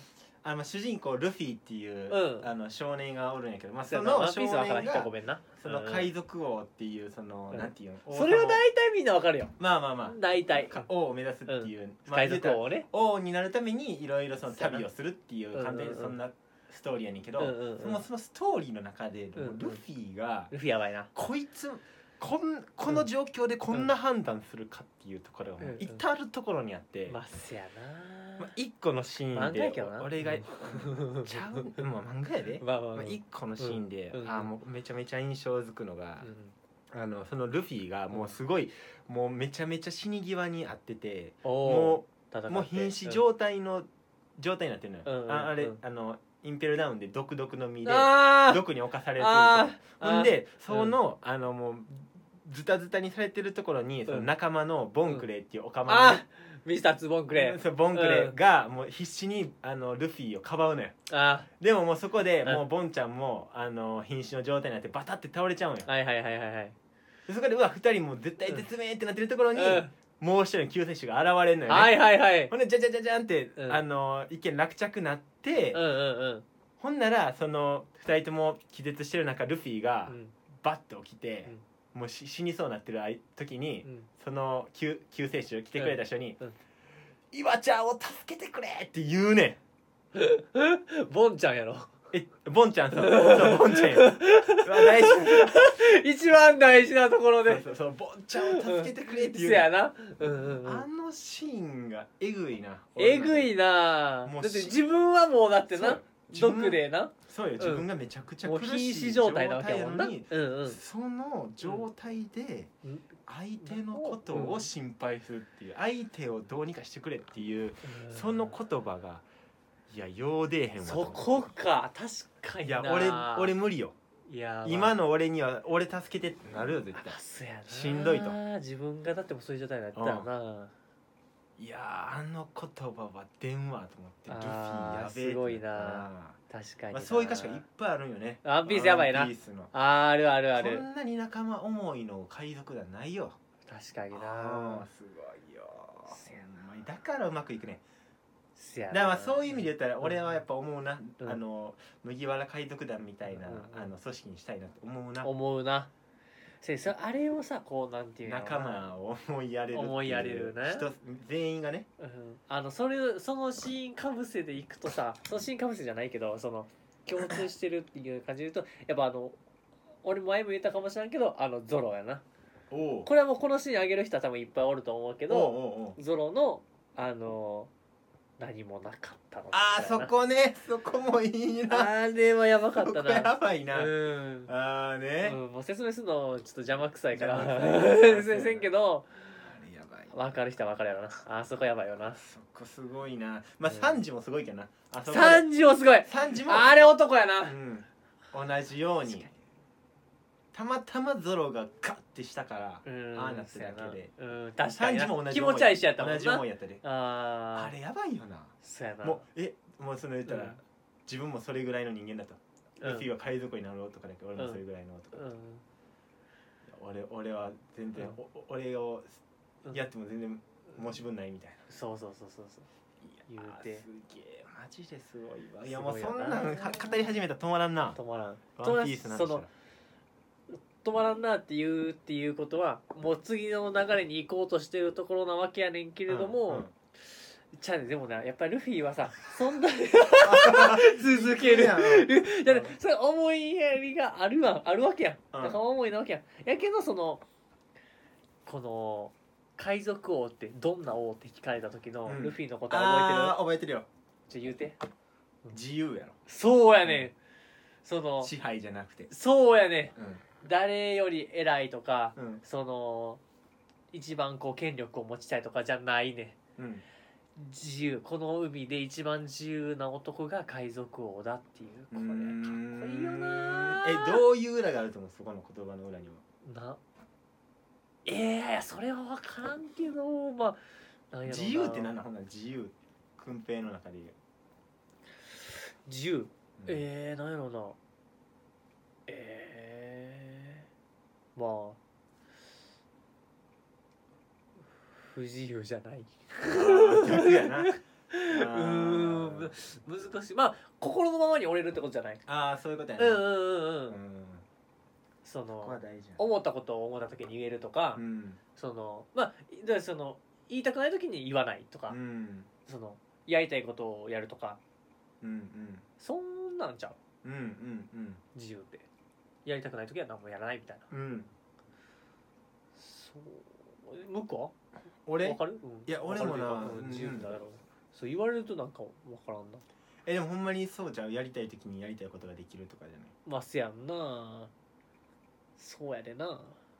あの主人公ルフィっていう、 うん、 あの少年がおるんやけど、まあ、 その少年がその海賊王っていうその、うん、なんていうの、 それは大体みんなわかるよ。 まあまあまあ大体王を目指すっていう、うんまあ、海賊王をね王になるためにいろいろその旅をするっていう完全にそんなストーリーやねんけど、うんうんうん、そのそのストーリーの中で、うんうん、ルフィがルフィやばいな、 こいつこんこの状況でこんな判断するかっていうところがもう至るところにあって、 まっすやな、 まあ、一個のシーンで俺がちゃうもう漫画やで、まあまあまあ、一個のシーンで、うん、あもうめちゃめちゃ印象づくのが、うん、あのそのルフィがもうすごい、うん、もうめちゃめちゃ死に際にあってて、もうもう瀕死状態の、うん、状態になってるのよ、うんうんうん、ああれあのインペルダウンで毒毒の実で毒に侵されてるとほんでその、うん、あのもうズタズタにされてるところに、うん、その仲間のボンクレーっていうオカマの、ね、 うん、ミスターツボンクレー、 そうボンクレーがもう必死にあのルフィをかばうのよ。あでももうそこでもうボンちゃんもあの瀕死の状態になってバタって倒れちゃうんよ。 はいはいはいはいはい。 でそこでうわふたりも絶対絶命ってなってるところに、うん、もう一人の救世主が現れるのよね。 はいはいはい。 ほんでじゃじゃじゃじゃんって、うん、あの一見落着なって、うんうんうん、ほんならそのふたりとも気絶してる中ルフィがバッと起きて、うん、もう死にそうになってる時に、うん、その 救, 救世主来てくれた人に、うんうん、岩ちゃんを助けてくれって言うねんボンちゃんやろ。 えボンちゃんそうそうボンちゃんや大事一番大事なところでそうそうそうボンちゃんを助けてくれって言う、 うん、やな、うんうんうん、 あのシーンがえぐいなえぐいな。だって自分はもうだってな毒でなそうよ自分がめちゃくちゃ苦しい状態なわけやもんな、 うんうん、その状態で相手のことを心配するっていう、相手をどうにかしてくれっていう、うん、その言葉がいやよう出えへんわ。 そこか確かにな。 いや俺俺無理よ。いや、まあ、今の俺には俺助けてってなるよ絶対。 そうやなしんどいと。 自分がだってもそういう状態になったらな、うん、 いやあの言葉は電話と思ってルフィやべえすごいな確かに、 まあ、そういう歌詞がいっぱいあるんよね。 ワンピースやばいな。ワンピースのあるあるある。 こんなに仲間思いの海賊ではないよ。 確かになすごいよ。だからうまくいくね。だからまあそういう意味で言ったら俺はやっぱ思うな、うん、あの麦わら海賊団みたいな、うんうん、あの組織にしたいなって思うな思うな。せそあれをさこうなんていうの仲間を思いやれる思いやれるね人全員がね、 うん、あのそれそのシーンかぶせでいくとさそのシーンかぶせじゃないけどその共通してるっていう感じで言うとやっぱあの俺前も言ったかもしれんけどあのゾロやな。おこれはもうこのシーンあげる人は多分いっぱいおると思うけどおうおうおうゾロのあの何もなかったのあーそこねそこもいいな。 あれはやばかったな。そこやばいな、うん、あーね、 うん、もう説明するのちょっと邪魔くさいからせんけどあれやばい分かる人は分かるやろな。あそこやばいよな。 そこすごいな。まあサンジもすごいけどな。 サンジもすごい。 サンジもあれ男やな、 うん、同じようにたまたまゾロがガッてしたからああなってるだけで、 うん、確かにな。も同じ気持ちは一緒やったもんな。 同じ思いやったで。ああれやばいよな。 そうやな。 もうえもうその言ったら、うん、自分もそれぐらいの人間だと、うん、ルフィは海賊になろうとかだけど俺もそれぐらいのとか、うん、俺俺は全然、うん、俺をやっても全然申し分ないみたいな。 そうそうそうそうそう言うてすげえマジですごいわ。いやもうそんなん語り始めたら止まらんな。 止まらん。 ワンピースなんでしたら止まらんなって言うっていうことはもう次の流れに行こうとしてるところなわけやねんけれども、うんうん、ちゃうねでもなやっぱりルフィはさそんな続けるだってそれ思いやりがあるわあるわけやん、うん、だから思いなわけやんやけどそのこの海賊王ってどんな王って聞かれた時のルフィのことは覚えてる、 うん、あ覚えてるよ。 じゃあ言うて自由やろ。 そうやねん、うん、その支配じゃなくてそうやねん、うん誰より偉いとか、うん、その一番こう権力を持ちたいとかじゃないね、うん、自由この海で一番自由な男が海賊王だっていうこれかっこいいよな。 えどういう裏があると思うそこの言葉の裏には。 なえー、いやそれは分からんけどまあなんやろな自由って何なほんなら自由訓平の中で言う自由、うん、えー、なんやろなえーまあ不自由じゃない。 逆やなん難しい。まあ心のままに折れるってことじゃない。 ああそういうことやね。うんうんうんうん。そのそこは大事や思ったことを思った時に言えるとか、うん、そのまあだからその言いたくない時に言わないとか、うん、そのやりたいことをやるとか、うんうん、そんなんちゃう、うんうんうん、自由ってやりたくない時は何もやらないみたいな、うん、そう向こう俺わかる、うん、 いや俺もな、 うん、自由だろう、そう言われるとなんかわからんな。 えでもほんまにそうじゃん、やりたい時にやりたいことができるとかじゃない。 まあせやんな、そうやでな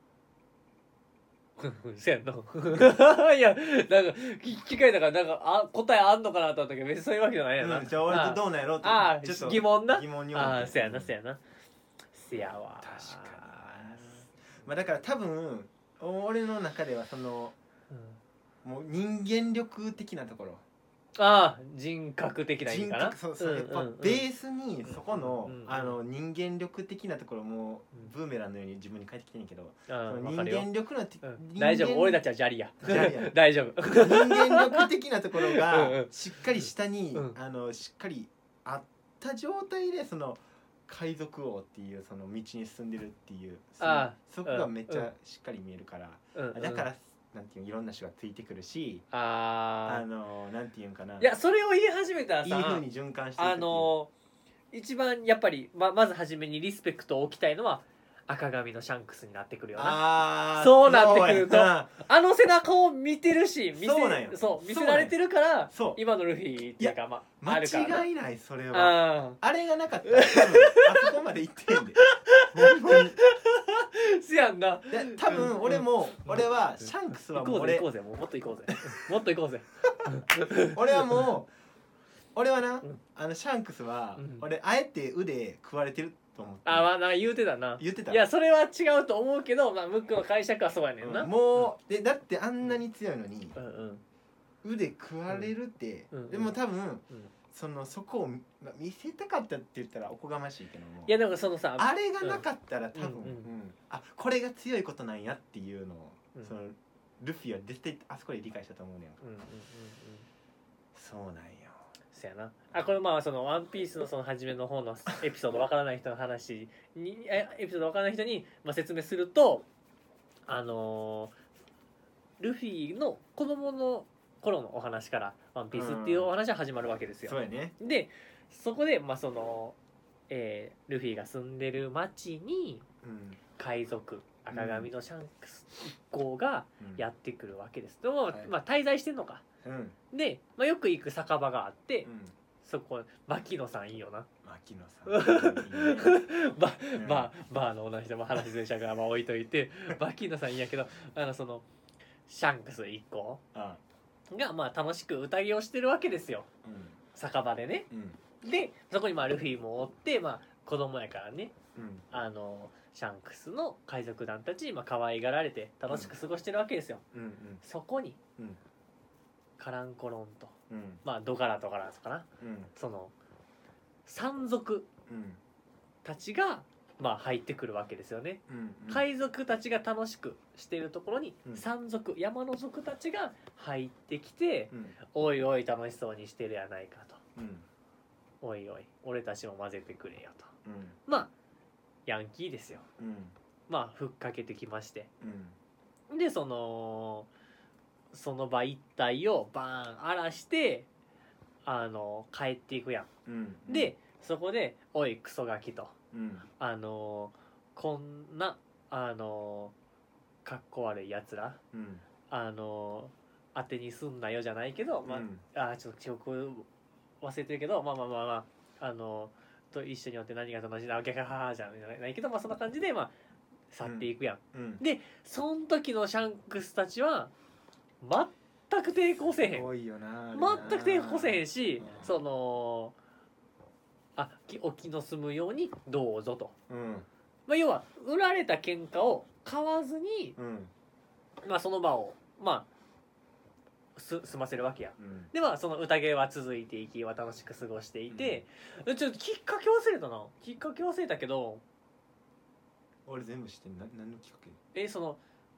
せやんないやなんか機械だからなんかあ答えあんのかなと思ったけど別にそういうわけじゃないやな、うん、 じゃあ俺とどうなんやろってああちょっと疑問な疑問に思って、 ああせやなせやなせやわ確かに、まあ、だから多分俺の中ではその、うん、もう人間力的なところ、 ああ人格的な意味かな、 人格そうそう、うんうんうん、やっぱベースにそこの、うんうん、あの人間力的なところもブーメランのように自分に返ってきてんねんけど、うん、人間力の、 うん、大丈夫俺たちは砂利や大丈夫人間力的なところがしっかり下に、うん、あのしっかりあった状態でその海賊王っていうその道に進んでるっていうあそこがめっちゃしっかり見えるから、うんうん、だからなんていういろんな人がついてくるし、ああのなんていうんかな、 いやそれを言い始めたらさ、 いい風に循環していくっていう、 あの一番やっぱり ま, まず初めにリスペクトを置きたいのは赤髪のシャンクスになってくるよな。あそうなってくるとあの背中を見てるし見せそうなんよそう見せられてるから今のルフィっていうかまああるから間違いないそれは あ, あれがなかったら多分あそこまで行ってんでほんまにせやんな。 で多分俺も、うん、俺はシャンクスはもう俺行こうぜ行こうぜもうもっと行こうぜもっと行こうぜ俺はもう俺はな、うん、あのシャンクスは、うん、俺あえて腕食われてると思って、 あまあなんか言うてたな言ってた。 いやそれは違うと思うけど、まあ、ムックの解釈はそうやねんな、 うん、もうでだってあんなに強いのに、うんうん、腕食われるって、うん、でも多分、うんそのそこを見せたかったって言ったらおこがましいけども、 いやでもそのさあれがなかったら多分、うんうんうん、あこれが強いことなんやっていうのを、うん、そのルフィは絶対あそこで理解したと思うねんか、うんうんうんうん、そうなんよ。 そやなあこれまあそのワンピースのその初めの方のエピソードわからない人の話にエピソードわからない人にまあ説明するとあのー、ルフィの子供の頃のお話からワンピースっていうお話は始まるわけですよ、 うん、そうやね。 でそこでまあその、えー、ルフィが住んでる町に海賊赤髪のシャンクス一行がやってくるわけです、うん、でも、まあ、滞在してんのか、うん、で、まあ、よく行く酒場があって、うん、そこ牧野さんいいよな牧野さんバ, バ, バーの同じでも話する者がまあ置いといて牧野さんいいんやけどあのそのシャンクス一行ああがまあ楽しく宴をしてるわけですよ、うん、酒場でね、うん、でそこにまあルフィもおって、まあ、子供やからね、うん、あのシャンクスの海賊団たちにまあ可愛がられて楽しく過ごしてるわけですよ、うんうんうん、そこに、うん、カランコロンと、うん、まあドガラとかラとかな、うん、その山賊たちがまあ入ってくるわけですよね、うんうん、海賊たちが楽しくしているところに、うん、山賊山の族たちが入ってきて、うん、おいおい楽しそうにしてるやないかと、うん、おいおい俺たちも混ぜてくれよと、うん、まあヤンキーですよ、うん、まあふっかけてきまして、うん、でそのその場一帯をバーン荒らしてあの帰っていくやん、うんうん、でそこでおいクソガキとうん、あのこんなあのかっこ悪いやつら、うん、あの当てにすんなよじゃないけど、まあ、うん、あちょっと記憶忘れてるけどまあまあまあまああのと一緒におって何が楽しいな逆ははじゃないけどまあそんな感じでまあ去っていくやん、うん、でその時のシャンクスたちは全く抵抗せえへん多いよな全く抵抗せえへんし、うん、そのあ沖の住むようにどうぞと、うんまあ、要は売られた喧嘩を買わずに、うんまあ、その場をまあす済ませるわけや、うん、でまあその宴は続いていきは楽しく過ごしていて、うん、ちょっときっかけ忘れたなきっかけ忘れたけど俺全部知ってんな何のきっかけえその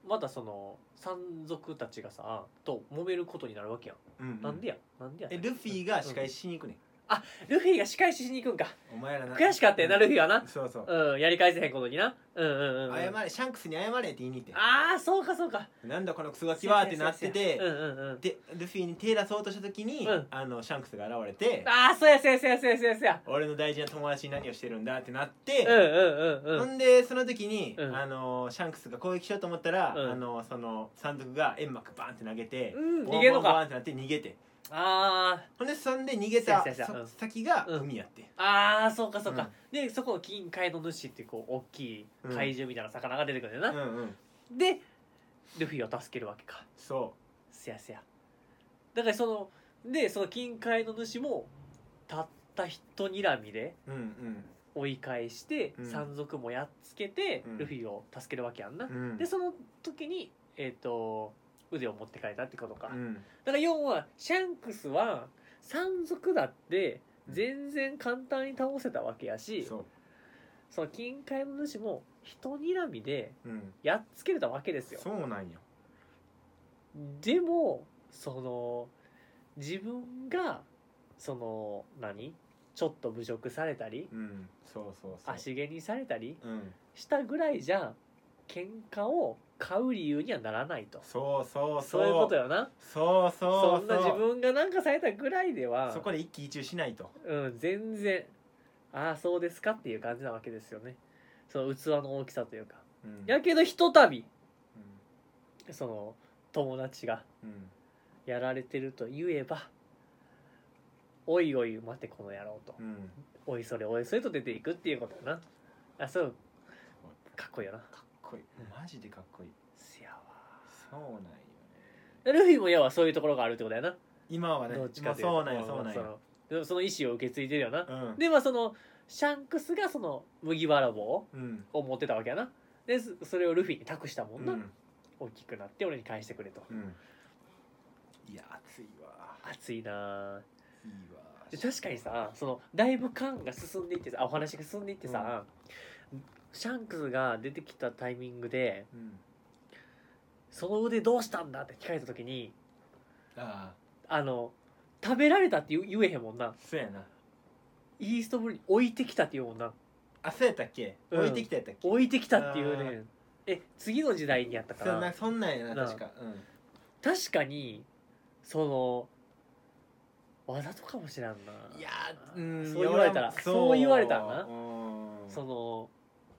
またその山賊たちがさと揉めることになるわけやん、 うんうん、 なんでやなんでやえルフィが仕返ししに行くねん、 あ、ルフィが仕返ししに行くんか。 お前らな悔しかったよな、ルフィはな。 そうそう、 うん、やり返せへんことにな。うんうんうん。 謝れ、シャンクスに謝れって言いに行って、 ああ、そうかそうか。 なんだこのクソガキはってなってて、 うんうんうん。 でルフィに手出そうとした時に、 うんあのシャンクスが現れて、 ああ、そうやそうやそうやそうやそうやそうや。 俺の大事な友達に何をしてるんだってなって、 うんうんうんうん。 ほんでその時に、 うんあのシャンクスが攻撃しようと思ったら、 うんあのその山賊が煙幕バンって投げて、 うんボン逃げんのかボンボンってなって逃げて、 あほんでそんで逃げたそうやそうやそうやうんそ先がうん海やって、 あああ、そうかそうか。で、そこの金塊の主っていうこう大きいうん怪獣みたいな魚が出てくるんだよな。 うんうんで、ルフィを助けるわけか。 そせやせや。だからそのでその金塊の主もたった一睨みでう、うんうん追い返して、 うん山賊もやっつけて、 うんルフィを助けるわけやんな。 うんでその時にえっ、と腕を持って帰ったってことか。 うんだから要はシャンクスは山賊だって全然簡単に倒せたわけやし、 そうその金塊の主も一睨みでうんやっつけれたわけですよ。 そうなんよ、 でもその自分がその何ちょっと侮辱されたりうんそうそうそう、 足毛にされたりうんしたぐらいじゃ喧嘩を買う理由にはならないと。 そうそうそういうことよな。 そうそうそう、 そんな自分がなんかされたぐらいではそこで一喜一憂しないと、 うん全然ああそうですかっていう感じなわけですよね。その器の大きさというか。 うんやけどひとたびうその友達がんうんやられてると言えばおいおい待てこの野郎と、 うんおいそれおいそれと出ていくっていうことやな。あそうかっこいいよな。 かっこいい、マジでかっこいい、 せやわ。 そうなんよね、 ルフィも要はそういうところがあるってことやな。 今はねどっちかというともうそうなんよそうなんそよ、 のその意思を受け継いでるよな。 うんでまあそのシャンクスがその麦わら帽うんを持ってたわけやな。でそそれをルフィに託したもんな、 うん大きくなって俺に返してくれと。 うんいや熱いわ熱いなぁ。 いいわで確かにさそのだいぶ感が進んでいってさあお話が進んでいってさ、シャンクスが出てきたタイミングでうんその腕どうしたんだって聞かれた時にああの食べられたって言言えへんもんな。 あそうやな、 イーストブルーに置いてきたって言うもんな。 あそうやったっけ、 うん置いてきたやったっけ、 置いてきたっていうね。え次の時代にやったかそんな。 なそんなんやなな確か、うん確かにそのわざとかもしれんな。 いやー、うん、 そう言われたらそうそう言われたらなうんその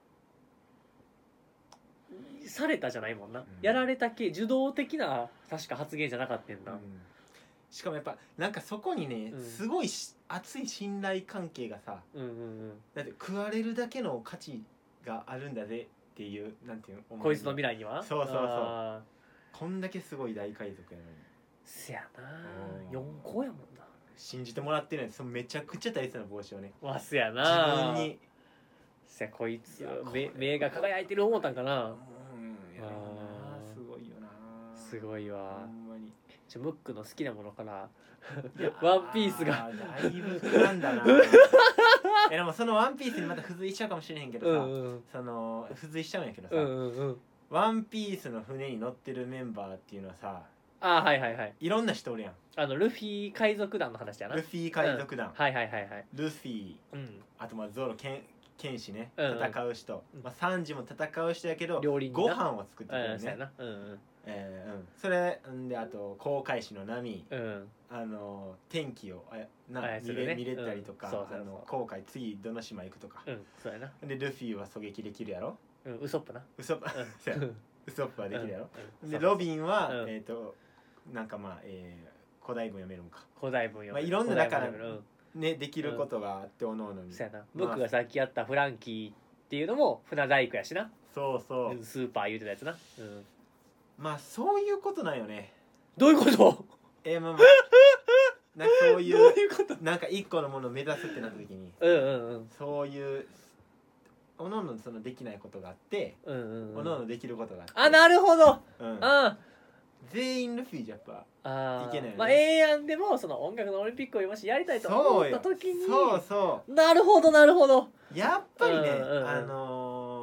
されたじゃないもんな、 んやられた系受動的な確か発言じゃなかったんな、 うんしかもやっぱなんかそこにね、 うんすごいし熱い信頼関係がさ、 うん、うんうんだって食われるだけの価値があるんだぜっていうなんていうのこいつの未来にはそうそうそうあこんだけすごい大海賊やのにーせやなうんよんこやもんな。 信じてもらってるんです。めちゃくちゃ大切な帽子をねわせや自な分にせやこいついやこれ目目が輝いてる思ったんかな。 うんやろうなあーすごいよなすごいわほんまにちょムックの好きなものからいやワンピースがあーだいぶ膨らんだなえでもそのワンピースにまた付随しちゃうかもしれへんけどさ、 うんうんその付随しちゃうんやけどさ、 うんうんうんワンピースの船に乗ってるメンバーっていうのはさあーはいはいはいいろんな人おるやん。 あのルフィ海賊団の話やな。 ルフィ海賊団、 はいはいはいはい。 ルフィ、 うん。 あとまあゾロ剣剣士ね、 うんうん戦う人、 うんまあ、サンジも戦う人やけど料理人なご飯を作ってくれうん、 るね、 そうやな。うんえーうん、それんであと航海士の波、 うん。うん。 あの天気をあな操るね見れ見れたりとか、 うんそうそうそうあの航海次どの島行くとか、 うん、そうやな。 でルフィは狙撃できるやろ、 うん、ウソップな。 ウソップうん。 そうやウソップはできるやろ、 うん。 でロビンは、 うんえっ、となんかまあ、えー、古代文読めるんか古代文よ。 まあいろんなだから古代文よねできることがあっておのおのに、 うん。そうやな。 まあムックがさっきやったフランキーっていうのも船大工やしな。 そうそう、 うんスーパー言うてたやつな。うん。 まあそういうことなんよね。 どういうことえー、まあまあなんかそういどうういうことなんか一個のものを目指すってなった時にうんうんうん。 そういうおのおのそのできないことがあって、 うんうんうん。 おのおのできることがあって、 あ、なるほど。 うん、 あ全員ルフィじゃやっぱあー。 いけないよねまあ、ええやんでも、その音楽のオリンピックをもしやりたいと思った時に。 そうそなるほど、なるほど。 うやっぱりね、 うんうんうんあのー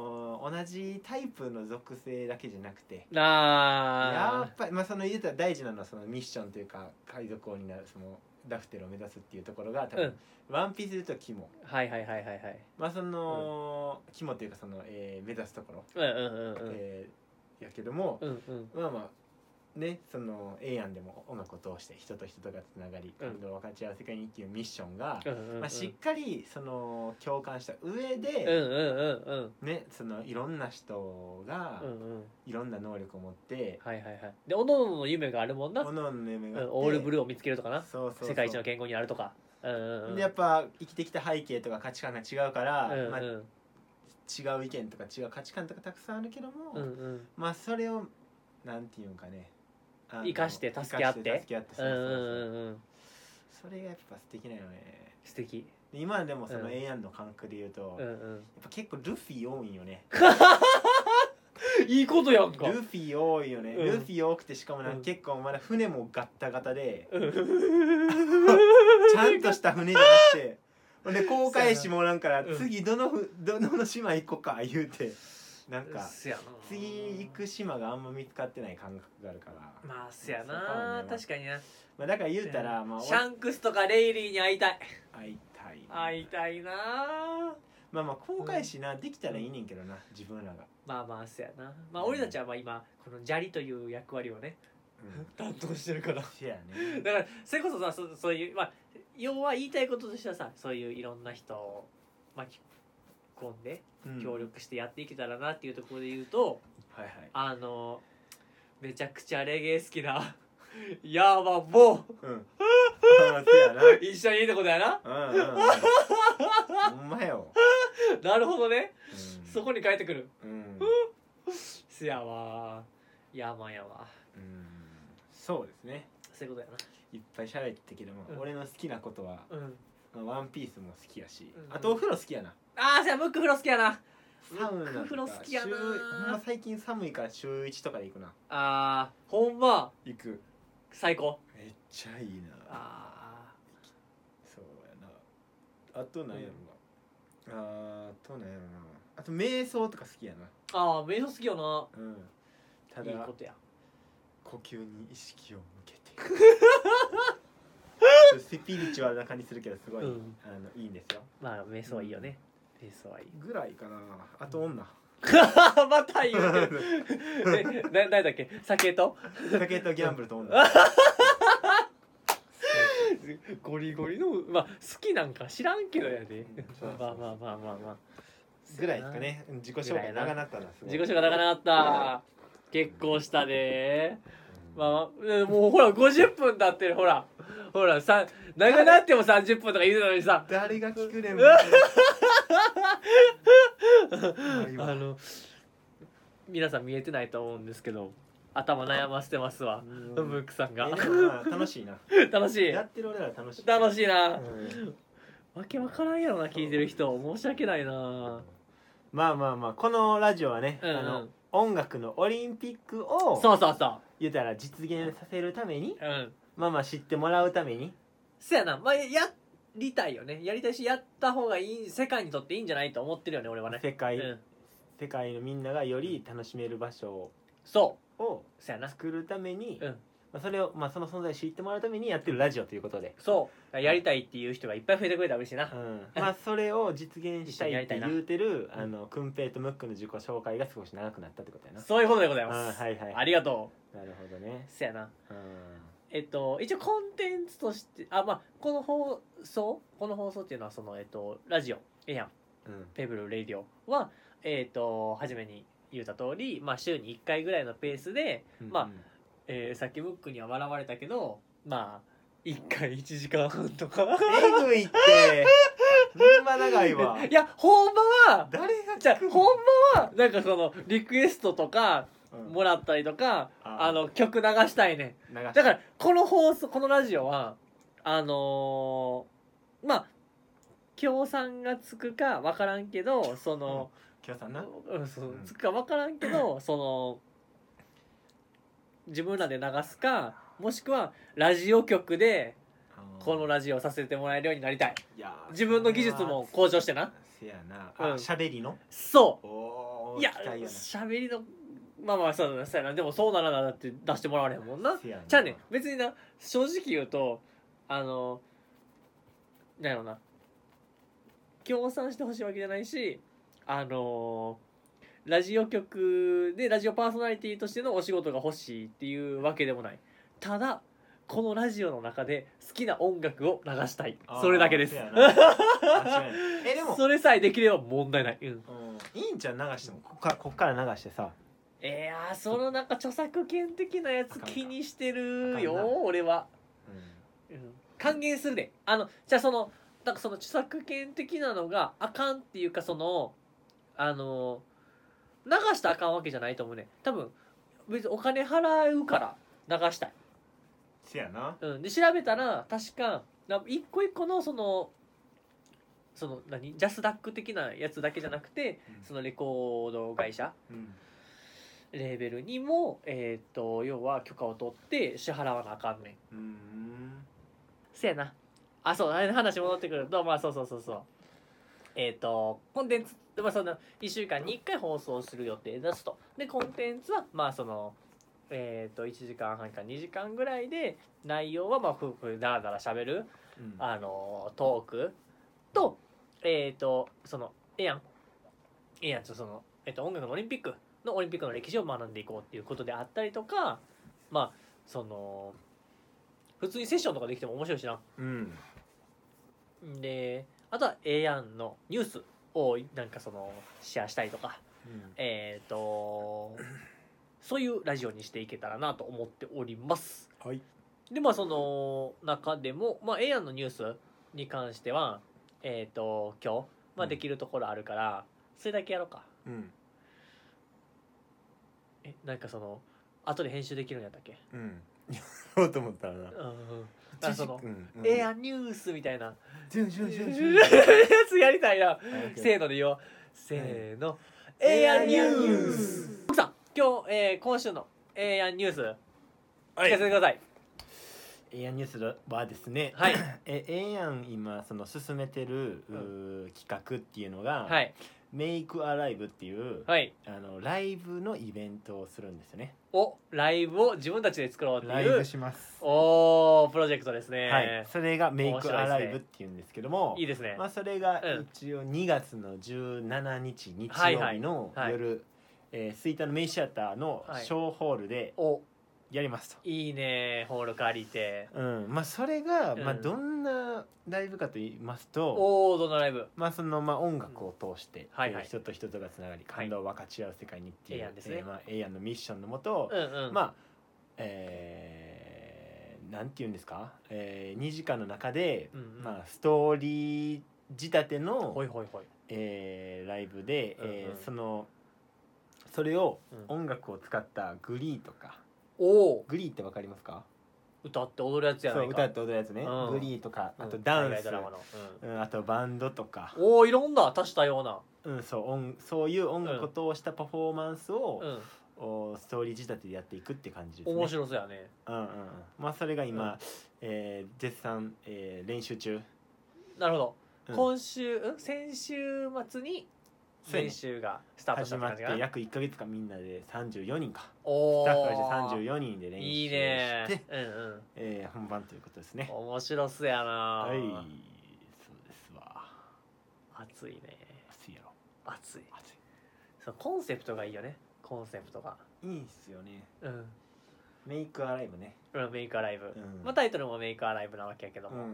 同じタイプの属性だけじゃなくてあやっぱりまあその言うたら大事なのはそのミッションというか海賊王になるそのダフテルを目指すっていうところが多分、うん、ワンピースで言うと肝はいはいはいはいはいまあその、うん、肝っていうかその、えー、目指すところ、 うんうんうんうんえー、やけども、 うんうん、 まあまあね、そのええやんでも音楽を通して人と人とがつながり感動を分かち合う世界にっていうミッションが、うんうんうんまあ、しっかりその共感した上で、 うんうんうんうん、 ね、そのいろんな人がいろんな能力を持って、 はいはいはい、でおのおのの夢があるもんな、 おのおのの夢があって、 うん、オールブルーを見つけるとかな、 そうそうそう世界一の健康にあるとか、うんうんうん、 でやっぱ生きてきた背景とか価値観が違うから、うんうんまあ、違う意見とか違う価値観とかたくさんあるけども、うんうん、まあそれをなんていうんかね生かして助け合って助け合ってそうそうそう、うんうんうん、それがやっぱ素敵だよね。 素敵。 今でもその エーアン の感覚で言うと、うんうん、やっぱ結構ルフィ多いよねいいことやんか。 ルフィ多いよね、うん、ルフィ多くてしかもなんか結構まだ船もガッタガタで、うん、ちゃんとした船じゃなくてほんで航海士もなんか次どのふどの島行こうか言うてなんか次行く島があんま見つかってない感覚があるからまあせやな、確かにな、 まあ、だから言うたら、まあ、 シャンクスとかレイリーに会いたい会いたい会いたいな。 まあまあ航海士な、うん、できたらいいねんけどな自分らがまあまあせやな、まあ俺たちはまあ今この砂利という役割をね、うん、担当してるからせやねだからそれこそさ そ, そういうまあ要は言いたいこととしてはさそういういろんな人を巻き込んで協力してやっていけたらなっていうところで言うと、 うん、はいはい、 あのめちゃくちゃレゲエ好きなヤーマンも、うん、一緒にいいってことやな。うんうんうんほんまよなるほどね、うん、そこに帰ってくる、うん、せやわヤーマンやわ、うん、 そうですね、 そういうことやな。 いっぱい喋ってけども、うん、俺の好きなことは、うん、ワンピースも好きやし、うん、あとお風呂好きやな。 ああせやムック風呂好きやな。 サウナとか風呂好きやな。 ほんま最近寒いから週いちとかで行くな。 あーほんま行く最高。 めっちゃいいな。あそうやな。あと何やろな、うん、あと何やろなあと瞑想とか好きやな。 ああ瞑想好きよな。うんただいいことや。 呼吸に意識を向けてスピリチュアルな感じするけどすごい、うん、あのいいんですよ。 まあ瞑想はいいよね、うん、瞑想はいいぐらいかな。あと女また言うてるな誰だっけ酒と酒とギャンブルと女ゴリゴリのまあ好きなんか知らんけどやで、まあまあまあまあまあまあぐらいかね。自己紹介長なったな。 自己紹介長なった結構したでー、まあもうほらごじゅっぷん経ってる。ほらほらさ長なってもさんじゅっぷんとか言うのにさ誰が聞くねんあの皆さん見えてないと思うんですけど頭悩ませてますわブックさんが、 えーまあ、楽しいな楽しいやってる俺ら楽しい楽しいな、うん、わけわからんやろな聞いてる人申し訳ないな。 まあまあまあこのラジオはね、うんうん、あの音楽のオリンピックをそうそうそう言ったら実現させるために、うん、まあまあ知ってもらうためにそやな、まあ、やりたいよね。やりたいしやった方がいい世界にとっていいんじゃないと思ってるよね俺はね。 世界、うん、世界のみんながより楽しめる場所をそうを作るために、うんまあ、それを、まあ、その存在を知ってもらうためにやってるラジオということでそうやりたいっていう人がいっぱい増えてくれたら嬉しいな、 うんまあ、それを実現したいって言うてるあのくんぺいとムックの自己紹介が少し長くなったってことやな。 そういうことでございます。 あ、はいはい、 ありがとう。なるほどね。 そやな、うんえっと、一応コンテンツとしてあ、まあ、この放送この放送っていうのはその、えっと、ラジオえやん、うん、ペブルレディオは、えっと、初めに言った通り、まあ、週にいっかいぐらいのペースで、うんうんまあえー、さっきムックには笑われたけどまあいっかいいちじかんはんとかえぐいってほんま長いわ。 いやほんまは誰がじゃほんまはなんかそのリクエストとかもらったりとか、うん、あの曲流したいねん。だからこの放送このラジオはあのー、まあ協賛がつくか分からんけどその、 うん、協賛な、 うん、そうつくか分からんけどその自分らで流すかもしくはラジオ局でこのラジオさせてもらえるようになりたい。いや自分の技術も向上してな。 せやなあ、うん、しゃべりのそうおいや喋りのまあまあそうだそうやなでもそうならなだって出してもらわれへんもんな。じゃあね別にな正直言うとあのなんやろな協賛してほしいわけじゃないしあのラジオ局でラジオパーソナリティとしてのお仕事が欲しいっていうわけでもない。ただこのラジオの中で好きな音楽を流したいそれだけです。えでもそれさえできれば問題ない、うんうん、 いいんちゃん流してもこっからこっから流してさえー、そのなんか著作権的なやつ気にしてるよ俺は、うんうん、還元するであのじゃあそのなんかその著作権的なのがあかんっていうかそのあの流したらあかんわけじゃないと思うね多分別にお金払うから流したいせやな、 うん、で調べたら確か一個一個のそのその何ジャスダック的なやつだけじゃなくて、うん、そのレコード会社、うんレーベルにも、えー、と要は許可を取って支払わなあかんねん。うーんせやなあそう話戻ってくるとまあそうそうそうそうえっ、ー、とコンテンツ、まあ、そのいっしゅうかんにいっかい放送する予定ですとでコンテンツはまあそのえっ、ー、といちじかんはんかにじかんぐらいで内容はまあふうふうだらだらしゃべる、うん、あのトークとえっ、ー、とそのええやんええやんその、えー、と音楽のオリンピックのオリンピックの歴史を学んでいこうっていうことであったりとかまあその普通にセッションとかできても面白いしな、うん、であとは エーヤン のニュースをなんかそのシェアしたりとか、うん、えっ、ー、とそういうラジオにしていけたらなと思っております、はい、でまあその中でも、まあ、エーヤン のニュースに関してはえっ、ー、と今日、まあ、できるところあるから、うん、それだけやろうか、うんえなんかその後で編集できるんやったっけうんやろうと思ったらな、うんうん、 だその、うんうん、エアニュースみたいなやつやりたいなせーので言おうせーの、はい、エアニュース奥さん今日、えー、今週のエアニュース聞かせてください。 エアニュースはですね、はい、えエアン今その進めてる、うん、企画っていうのが、はいメイクアライブっていう、はい、あのライブのイベントをするんですよね。 おライブを自分たちで作ろうっていうライブします。 おプロジェクトですね、 はい、それがメイクアライブっていうんですけどもいいですね、 まあ、それが一応にがつのじゅうしちにち日曜日の夜、はいはいはいえー、吹田のメイシアターのショーホールで、はい、やりますと。 いいねホール借りて、 うんまあ、それが、うんまあ、どんなライブかと言いますとおおどんなライブ、 まあそのまあ、音楽を通して、うんはいはい、人と人とがつながり感動を分かち合う世界にっていう、はいえーまあ、エイヤンのミッションのもと、うんうん、まあえー、なんて言うんですか、えー、にじかんの中で、うんうんまあ、ストーリー仕立ての、ほいほいほいえー、ライブで、うんうんえー、そのそれを音楽を使ったグリーとか、おグリーってわかりますか？ 歌って踊るやつやないか。 そう歌って踊るやつね、うん、グリーとかあとダンス、うんうん、あとバンドとかおおいろんな多種多様な、 うん、そう音そういう音楽を通したパフォーマンスを、うん、おストーリー仕立てでやっていくって感じですね。 面白そうやね。 うんうんまあそれが今、うんえー、絶賛、えー、練習中。 なるほど、うん、今週、うん、先週末に練習がスタートした始まって約いっかげつかんみんなでさんじゅうよにんかおスタッフがしてさんじゅうよにんで練習していいね、うんうんえー、本番ということですね。 面白そうやな。はいそうですわ。 熱いね。 熱いやろ。 熱い熱い。そうコンセプトがいいよね。コンセプトがいいっすよね。うんメイクアライブね。 うんメイクアライブ、うんまあ、タイトルもメイクアライブなわけやけども、うん、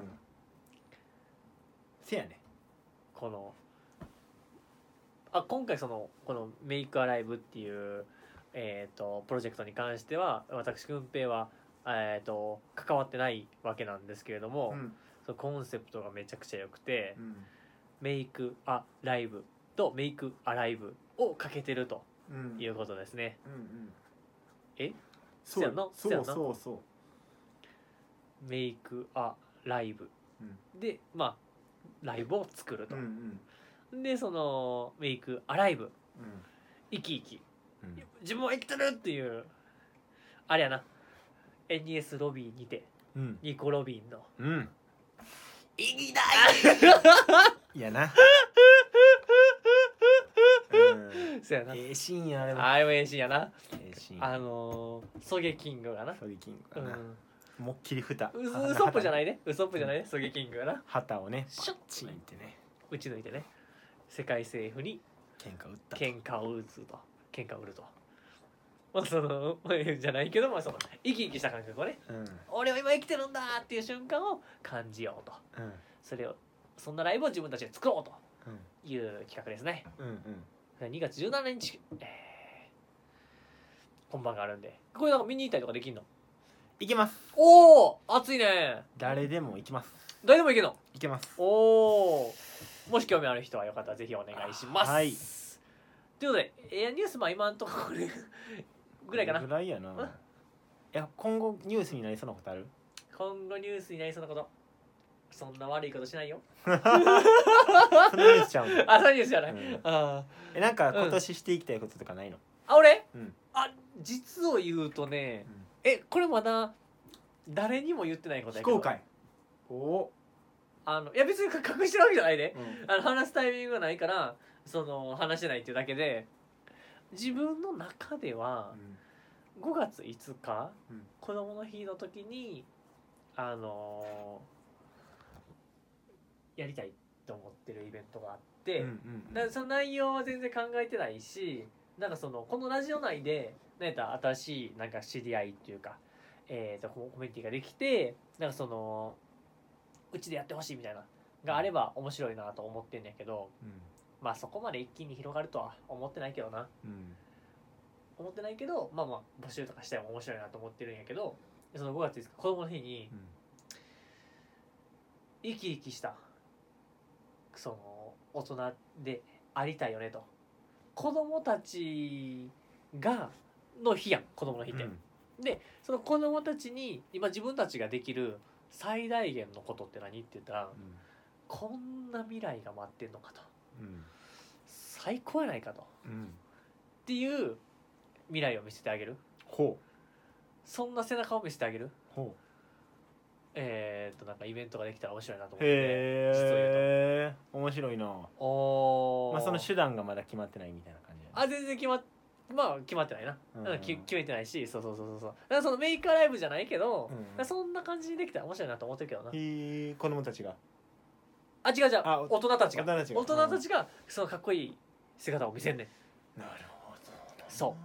せやねこのあ今回そのこのメイクアライブっていう、えー、とプロジェクトに関しては私くんぺいは、えー、と関わってないわけなんですけれども、うん、そのコンセプトがめちゃくちゃ良くて、うん、メイクアライブとメイクアライブをかけてるということですね、うんうんうん、えそうやなそうそうそうメイクアライブ、うん、でまあライブを作ると、うんうんでそのメイクアライブ、うん、生き生き、うん、自分は生きてるっていうあれやな エヌイーエス ロビーにて、うん、ニコロビンの、うん、 生きたいいやな、 うん、そうややなええシーンやあれもあれもええシーンやなええシーンあのー、ソゲキングがなソゲキンうグがな、 ん思いっきり蓋ウウソップじゃないねねウソップじゃないねソゲキングがな旗をねシュッチンってね打ち抜いてね世界政府に喧嘩打った喧嘩を打つと喧嘩を売るとまあそのじゃないけどまあその生き生きした感覚をねうん俺は今生きてるんだっていう瞬間を感じようとうんそれをそんなライブを自分たちで作ろうとうんいう企画ですねうんうんにがつじゅうしちにち、えー、本番があるんでこれなんか見に行ったりとかできんの行けますおお熱いね誰でも行きます誰でも行けんの行けますおおもし興味ある人はよかったらぜひお願いしますはいということでエアニュースまあ今のところこれぐらいかなぐらいやな。いや今後ニュースになりそうなことある？ 今後ニュースになりそうなことそんな悪いことしないよそんなニュースちゃうの。 あそういうニュースじゃない、 うんあえなんか今年していきたいこととかないの？ あ俺、 うんあ実を言うとね、 うんえこれまだ誰にも言ってないことやけど非公開。お。 あのいや別に隠してるわけじゃないで、 うんあの話すタイミングがないからその話してないっていうだけで自分の中ではごがついつか、 うん子供の日の時にあのーやりたいと思ってるイベントがあって、 うんうんだからその内容は全然考えてないしなんかそのこのラジオ内で何やったら新しいなんか知り合いっていうか、えー、とコミュニティができてなんかそのうちでやってほしいみたいながあれば面白いなと思ってんやけどうんまあそこまで一気に広がるとは思ってないけどなうん思ってないけどまあまあ募集とかしても面白いなと思ってるんやけどそのごがついつか子供の日にうん生き生きしたその大人でありたいよねと子供たちがの日やん子供の日って、 うんでその子供たちに今自分たちができる最大限のことって何って言ったら、こんな未来が待ってんのかとうん最高やないかとっうんていう未来を見せてあげるほそんな背中を見せてあげるうほえー、っとなんかイベントができたら面白いなと思うってへえ面白いなおーまあその手段がまだ決まってないみたいな感じあ全然決まっまあ決まってないな、 うんうんき決めてないしそうそうそうそうそうだからそのメーカーライブじゃないけど、 うんだからそんな感じにできたら面白いなと思ってるけどな、 へえ子供たちがあ違う違うあ大人たちが大人たちが大人たちがそのかっこいい姿を見せんねんなるほどそう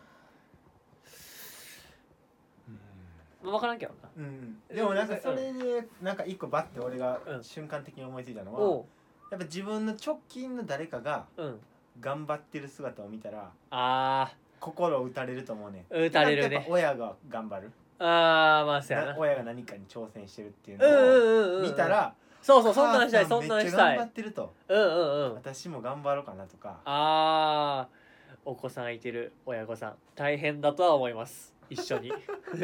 うんまあ分からんけどなうん、でもなんかそれでなんか一個バッて俺がうん瞬間的に思いついたのは、 おやっぱ自分の直近の誰かがううん頑張ってる姿を見たらあ心を打たれると思うねんー打たれるやっぱね親が頑張るあーまあそうやなな親が何かに挑戦してるっていううんうんのをうんうん見たらそうそうそんなんしたい母そんなんめっちゃ頑張したいってるとうんうんうん私も頑張ろうかなとかあーお子さんいてる親御さん大変だとは思います一緒にな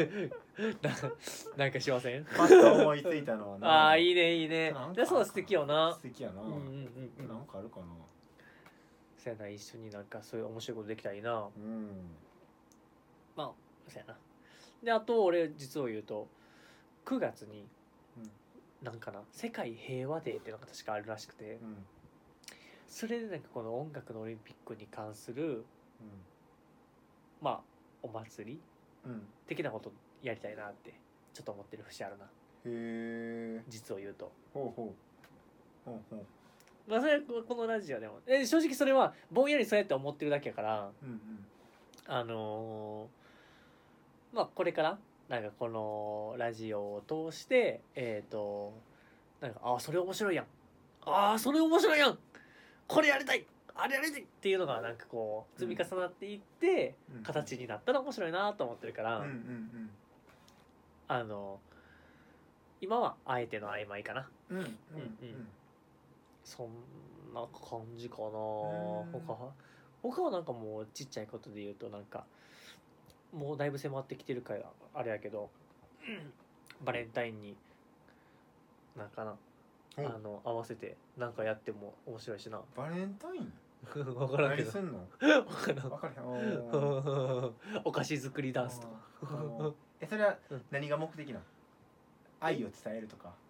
なんかしませんパッと思いついたのはなああいいねいいねなんかでそう素敵よな素敵やな、 うんうんうんうんなんかあるかなそうやな一緒になんかそういう面白いことできたらいいなうんまあそうやなであと俺実を言うとくがつになんかな世界平和デーっていうのが確かあるらしくてうんそれでなんかこの音楽のオリンピックに関するうまあお祭りんうん的なことやりたいなってちょっと思ってる節あるなへえ実を言うとほうほうほうほうまあそれはこのラジオでもえ正直それはぼんやりそうやって思ってるだけやからうんうんあのーまあこれからなんかこのラジオを通してえっ、となんかあそれ面白いやんあそれ面白いやんこれやりたいあれやりたいっていうのがなんかこう積み重なっていってうん形になったら面白いなと思ってるから、 うんうんうんあの今はあえての曖昧かなうんうんうんそんな感じかなうん他は他はなんかもうちっちゃいことで言うとなんかもうだいぶ迫ってきてるからあれやけどバレンタインになんかなうんあの合わせてなんかやっても面白いしなバレンタイン分からんけど何すんの分からん分からへんおーお菓子作りダンスとかあーえそれはうん何が目的なの愛を伝えるとかい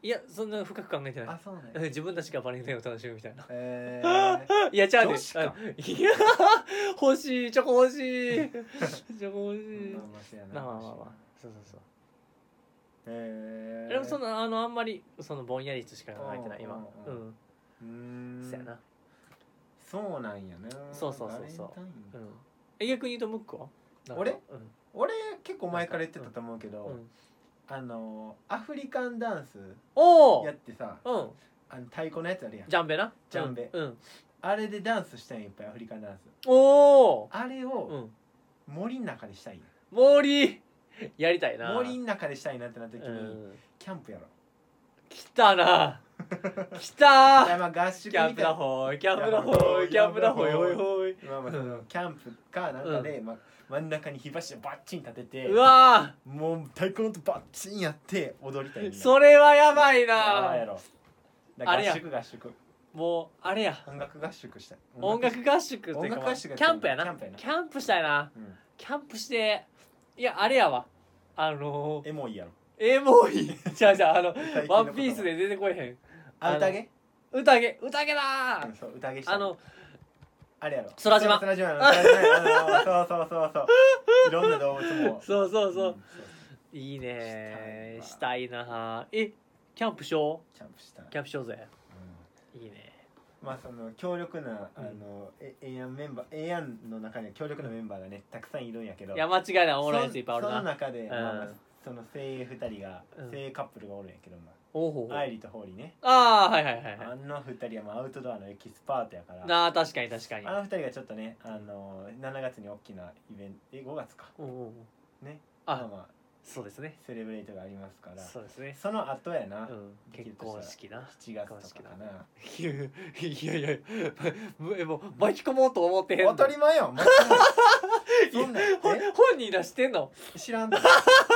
いやそんな深く考えてないあそうなんや自分たちがバレンタインを楽しむみたいなえー、 いやちゃうで女子かいや欲しいチョコ欲しいチョコ欲しいまあまあせやなまあまあまあまあそうそうそうへえー、 でもそのあのあんまりそのぼんやりとしか考えてない今ううんんうーんそやなそうなんやねそうそうそうそうバレンタインかうんえ逆に言うとムックはなんか俺うん俺結構前から言ってたと思うけど、 うんあのアフリカンダンスおおやってさうんあの太鼓のやつあるやんジャンベなジャンベうんうんあれでダンスしたんやいっぱいアフリカンダンスおおあれうをん森の中でしたいんや森やりたいな森の中でしたいなってなった時に、 うんキャンプやろ来たな来いたやまあ合宿みたいキャンプだほーキャンプだほーキャンプだほーほいほいまあまあそのキャンプかなんかで、まあ、真ん中に火柱バッチン立ててうわもう太鼓の音バッチンやって踊りたいんだそれはやばいやばいやなろだから合あれや宿合宿もうあれや音楽合宿したい音楽合宿っていうか音楽合宿やキャンプやなキャンプやなキャンプしたいなうんキャンプしていやあれやわあのーエモいやろエモいじゃあじゃああの最近のワンピースで出てこえへんあ宴宴宴だーうんそう宴したいあのあれやろ空島空島の空島やそうそうそうそういろんな動物もそうそうそう、 んいいねーししたいなーえキャンプしよキャンプしたい、 うキャンプしようぜうんいいねまあその強力なあうんのえエイアンメンバーエイアンの中には強力なメンバーがねたくさんいるんやけどいや間違いないおもろいやついっぱいあるそそのな中で、 んまあまあその精鋭ふたりが、 うん精鋭カップルがおるんやけど、まおうほうほうあ、アイリとホーリーね、 ああはいはいはいはいあのふたりはまあアウトドアのエキスパートやからなあ確かに確かにあのふたりがちょっとねあのしちがつに大きなイベントえごがつかおうおうおうねあまあまあそうですねセレブレイトがありますからそうですねその後やな、 うん結婚式なしちがつとかかないやいやいやえもう巻き込もうと思ってへんの当たり前やん巻き込むそんなんえほ本人らしてんの知らんと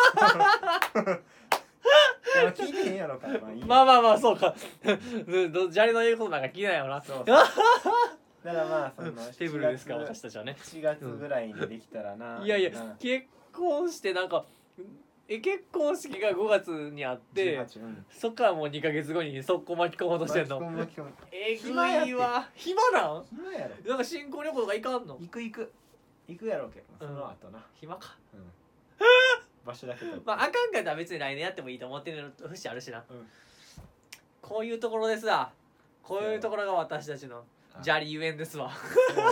いや聞いてへんやろからまあいいやまあまあまあそうかどジャリの言うことなんか聞いてないよなそうそうだからまあそのテーブルですかしちがつ私たちはねしちがつぐらいにできたらな、 いやいやな結婚してなんかえ結婚式がごがつにあってじゅうはちうんそっからもうにかげつごに速攻巻き込もうとしてんの巻き込む巻き込むえぐ暇やっていわ暇なん暇やろなんか新婚旅行とか行かんの行く行く行くやろうけどその後な、 暇かうん場所だけとまああかんかったら別に来年やってもいいと思ってる節あるしな、 うんこういうところですわこういうところが私たちのジャリゆえんですわそうそう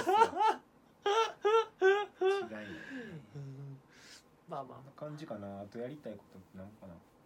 違いないまあまこんな感じかなあとやりたいことって何か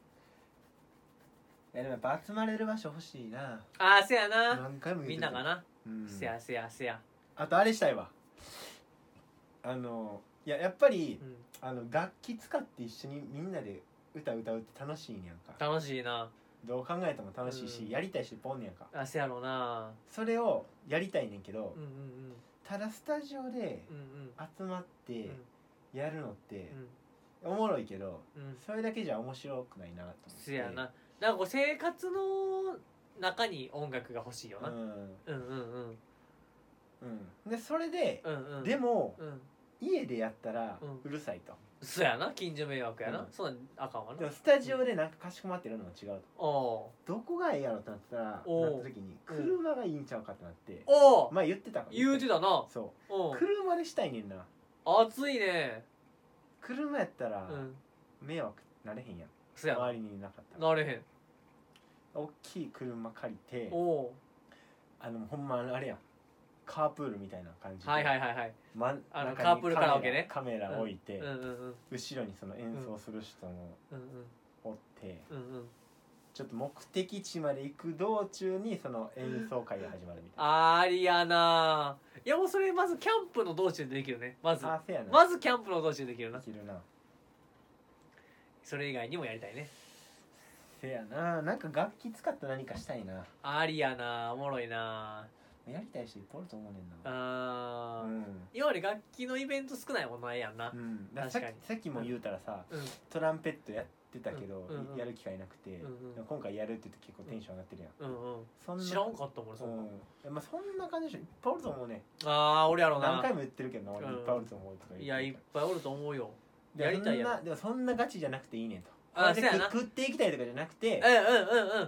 ないやでもやっぱ集まれる場所欲しいなあああせやな何回も言うてるみんながな、 うんせやせやせや、 あとあれしたいわあのいややっぱりうん、 あの楽器使って一緒にみんなで歌歌うって楽しいんやんか楽しいなどう考えても楽しいし、 うんやりたい人いっぱいおんねやんかあせやろうなそれをやりたいねんけど、 うんうんただスタジオでうんうん集まってやるのってう、んおもろいけどうんうんそれだけじゃ面白くないなと思ってせやななんかこう生活の中に音楽が欲しいよな、 うんうん、うんうんうんでそれで、 うんうんでもうん家でやったらうんうるさいと、 そやな近所迷惑やな、 うんそんなんあかんわなでもスタジオでなんかかしこまってるのも違うとおどこがええやろってなったらなったおう時に車がいいんちゃうかってなっておお前言ってたから言うてたなそおう車でしたいねんな暑いね車やったらうん迷惑なれへんやんそやな周りにいなかったらなれへん大きい車借りておおあのほんまあれやんカープールみたいな感じで、 はいはいはいはい真んあの中にカープールカラオケねカメラカメラ置いて、 うんうんうん後ろにその演奏する人もうんおって、 うんうんうんちょっと目的地まで行く道中にその演奏会が始まるみたいな、 ありやないやもうそれまずキャンプの道中でできるねまずあせやなまずキャンプの道中でできるなできるなそれ以外にもやりたいねせやななんか楽器使って何かしたいなありやなおもろいなやりたい人いっぱいおると思うねんなあー、 うん今まで楽器のイベント少ないもんないやんなうん、だからさっ確かにきさっきも言うたらさ、 うんトランペットやってたけど、 うんうんうんやる機会なくて、 うんうんでも今回やるって言って結構テンション上がってるやん、 うんそなうんん知らんかったもんそんな、 うんいやまあ、そんな感じでしょいっぱいおると思うねああ俺やろうな何回も言ってるけどな俺うんいっぱいおると思うとか言っていやいっぱいおると思うよでやりたいやろそんなでもそんなガチじゃなくていいねんとあこれでそうやな食っていきたいとかじゃなくてうんうんうんうん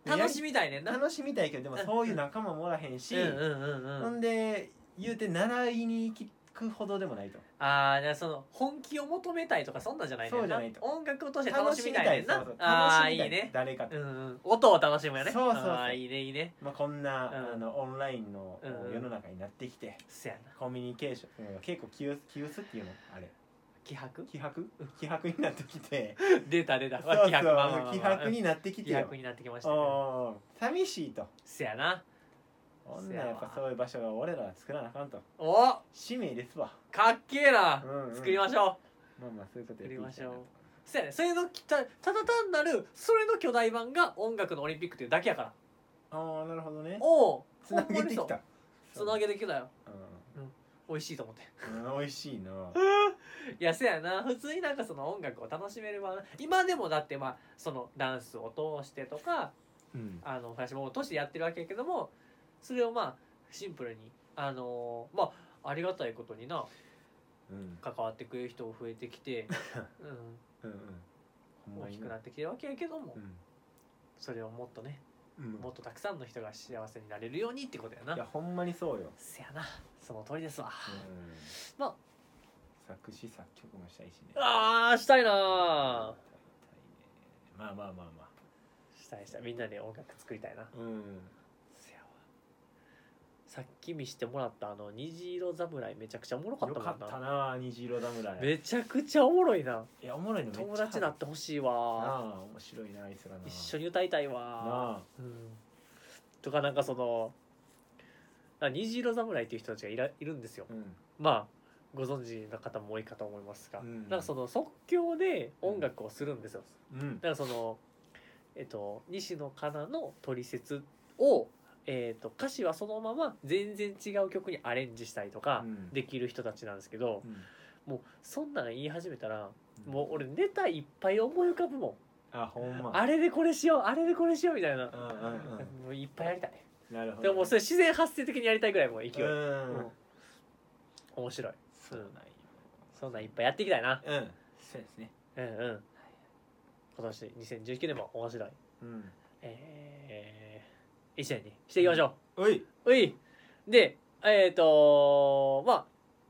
楽しみたいねんな。 楽しみたいけどでもそういう仲間もおらへんし、 うんうんうんうん。 ほんで言うて習いに行くほどでもないと。 ああ、じゃあその本気を求めたいとかそんなんじゃないねんな。 そうじゃないと音楽を通して楽しみたいねんな。 そうそうああ楽しみたいいね。 誰かと、 うんうん。音を楽しむよね。 そうそうそうああいいねいいね。 まあ、こんな、 うんあのオンラインのうん世の中になってきて、 そやな。 コミュニケーション、うん、結構気薄気薄っていうのあれ気迫？ 気迫気迫になってきて出た出た。 そうそう気迫まあまあまあまあ気迫になってきてよ。 気迫になってきましたね。 おー寂しいと。 そやな。 ほんならやっぱそういう場所が俺らは作らなあかんと。 お使命ですわ。 かっけえな、 うんうん作りましょう。 まあまあそういうことやっていきたいなと。 作りましょう。そうやね。それのたただ単なるそれの巨大版が音楽のオリンピックっていうだけやから。 ああなるほどね。 おお。 つなげてきた。 つなげてきたよ。 う美味しいと思って。 ん、うん、美味しいな。 いや、せやな。普通になんかその音楽を楽しめる場、今でもだってまあそのダンスを通してとか、 うんあのフラッシュモブを通してやってるわけやけども、それをまあシンプルにあのーまあありがたいことになうん関わってくれる人が増えてきて、 うんうんうん、大きくなってきてるわけやけども、 うんそれをもっとね、 うんもっとたくさんの人が幸せになれるようにってことやな。 いやほんまにそうよ。 せやな。その通りですわ。 うんまあ作詞作曲もしたいしね。 あーしたいなー。 まあまあまあまあ。 したいしたい。みんなで音楽作りたいな。 うん。 せやわ。さっき見してもらったあの虹色侍めちゃくちゃおもろかっよたもんな。 かったな虹色侍。 めちゃくちゃおもろいな。 いやおもろいのめっちゃ友達になってほしいわ。 なあ面白いなあいつらな。 一緒に歌いたいわ。 なあ。 うん。とかなんかそのあ虹色侍っていう人たちがいらいるんですよ。 うん。 まあご存知の方も多いかと思いますが、 うんなんかその即興で音楽をするんですよ。 うんだからそのえっと西野カナのトリセツをえっと歌詞はそのまま全然違う曲にアレンジしたりとかうんできる人たちなんですけど、 うんもうそんなの言い始めたらうんもう俺ネタいっぱい思い浮かぶもん。 あほんま。 あれでこれしようあれでこれしようみたいな、 うんうんもういっぱいやりたい。 うん。なるほど。 でももうそれ自然発生的にやりたいぐらいもう勢い、 うん。 うん面白い。 そうなんよ。 そんなんいっぱいやっていきたいな。 うん。そうですね。 うんうん今年にせんじゅうきゅうねんも面白い、 うん。 えー、一年にしていきましょおい。 う。ういでえっ、ー、とまあ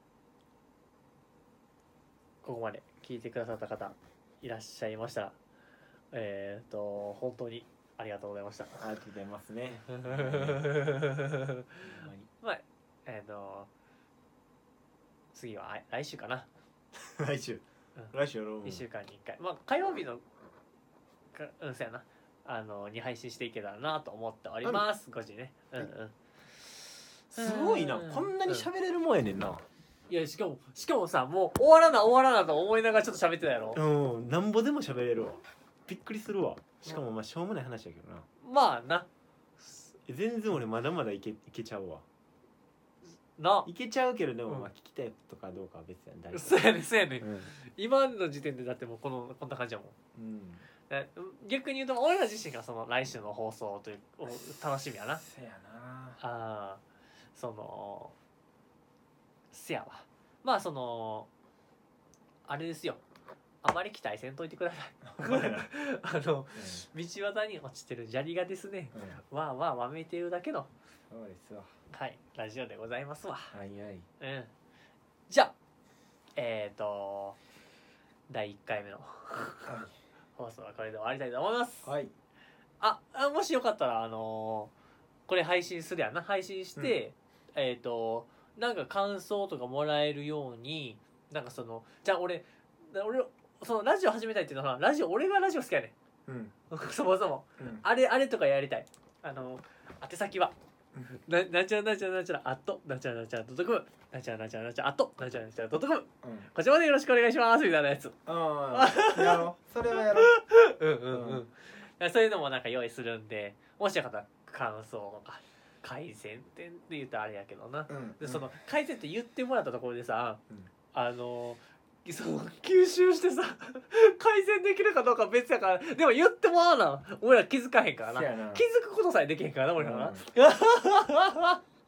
ここまで聞いてくださった方いらっしゃいましたらえっ、ー、と本当にありがとうございました。 ありがとうございますね。ほんまに。 まあえっ、ー、と次はあ来週かな。 来週。 うん来週やろう。 いっしゅうかんにいっかいまあ火曜日のかうんそうやなあのに配信していけたらなと思っておりますごじね。うんうんすごいな。 うんこんなに喋れるもんやねんな。 いやしかもしかもさもう終わらな終わらなと思いながらちょっと喋ってたやろ。 うん。なんぼでも喋れるわ。びっくりするわ。しかもまあしょうもない話やけどな。 まあな全然俺まだまだいけいけちゃうわ。 ないけちゃうけどでもうんまあ聞きたいとかどうかは別やん。大丈夫そうやねそうやね、 うん。 今の時点でだってもうこのこんな感じやもん。 うん。 だ逆に言うと俺ら自身がその来週の放送というお楽しみやな。 せやな。 ああそのせやわまあそのあれですよあまり期待せんといてくださいあの道端に落ちてる砂利がですねうん。 わーわーわめいているだけのそうですわ。 はいラジオでございますわ。 はいはい。 うんじゃあえっ、ー、とだいいっかいめの放送はこれで終わりたいと思います。 はい。 ああもしよかったらあのーこれ配信するやんな配信して、うん、えっ、ー、となんか感想とかもらえるようになんかそのじゃあ俺俺そのラジオ始めたいっていうのはラジオ俺がラジオ好きやねん、うん、そもそも、うん、あれあれとかやりたい。あの宛先はななんちゃらなんちゃらなんちゃらあっとなんちゃらなんちゃらドットコムなんちゃらなんちゃらなんちゃらあっとなんちゃらなんちゃらドットコム、うん、こちらまでよろしくお願いしますみたいなやつ。 ああやろうそれはやろううんうんうん、うん、そういうのもなんか用意するんでもしよかったら感想とか改善点って言うとあれやけどな、うん、でその改善って言ってもらったところでさ、うん、あのその吸収してさ改善できるかどうかは別やからでも言ってもらうな俺ら気づかへんからな気づくことさえできへんからな俺らな、うん、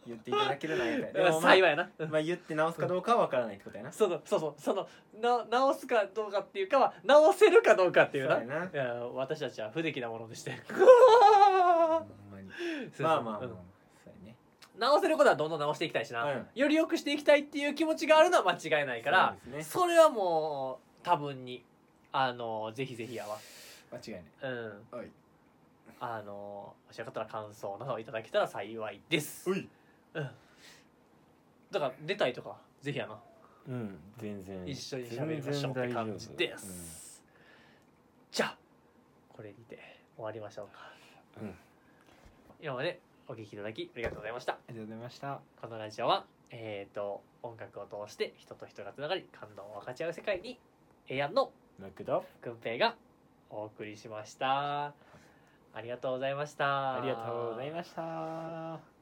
言っていただけるなみたいな。 でも、まあ、幸いやな、 まあ言って直すかどうかは分からないってことやな。 そうそうそうそのな直すかどうかっていうかは直せるかどうかっていうな。 そうやな。 いや私たちは不出来なものでしてほんまにまあまあまあ、うん、そうやね。 直せることはどんどん直していきたいしな、 うん、より良くしていきたいっていう気持ちがあるのは間違いないから そ,、ね、それはもう多分にあのぜひぜひやわ。 間違いない。うん。はい。 あのもしよかったら感想などいただけたら幸いです。 うい。 うん。だから出たいとかぜひやな。 うん。全然。 一緒に喋りましょうって感じです。うん、じゃあこれにて終わりましょうか。うん。今までお聞きいただきありがとうございました。ありがとうございました。 このラジオはえっ、ー、と音楽を通して人と人がつながり感動を分かち合う世界にエアンのマクドくんぺいがお送りしました。ありがとうございました。 ありがとうございました。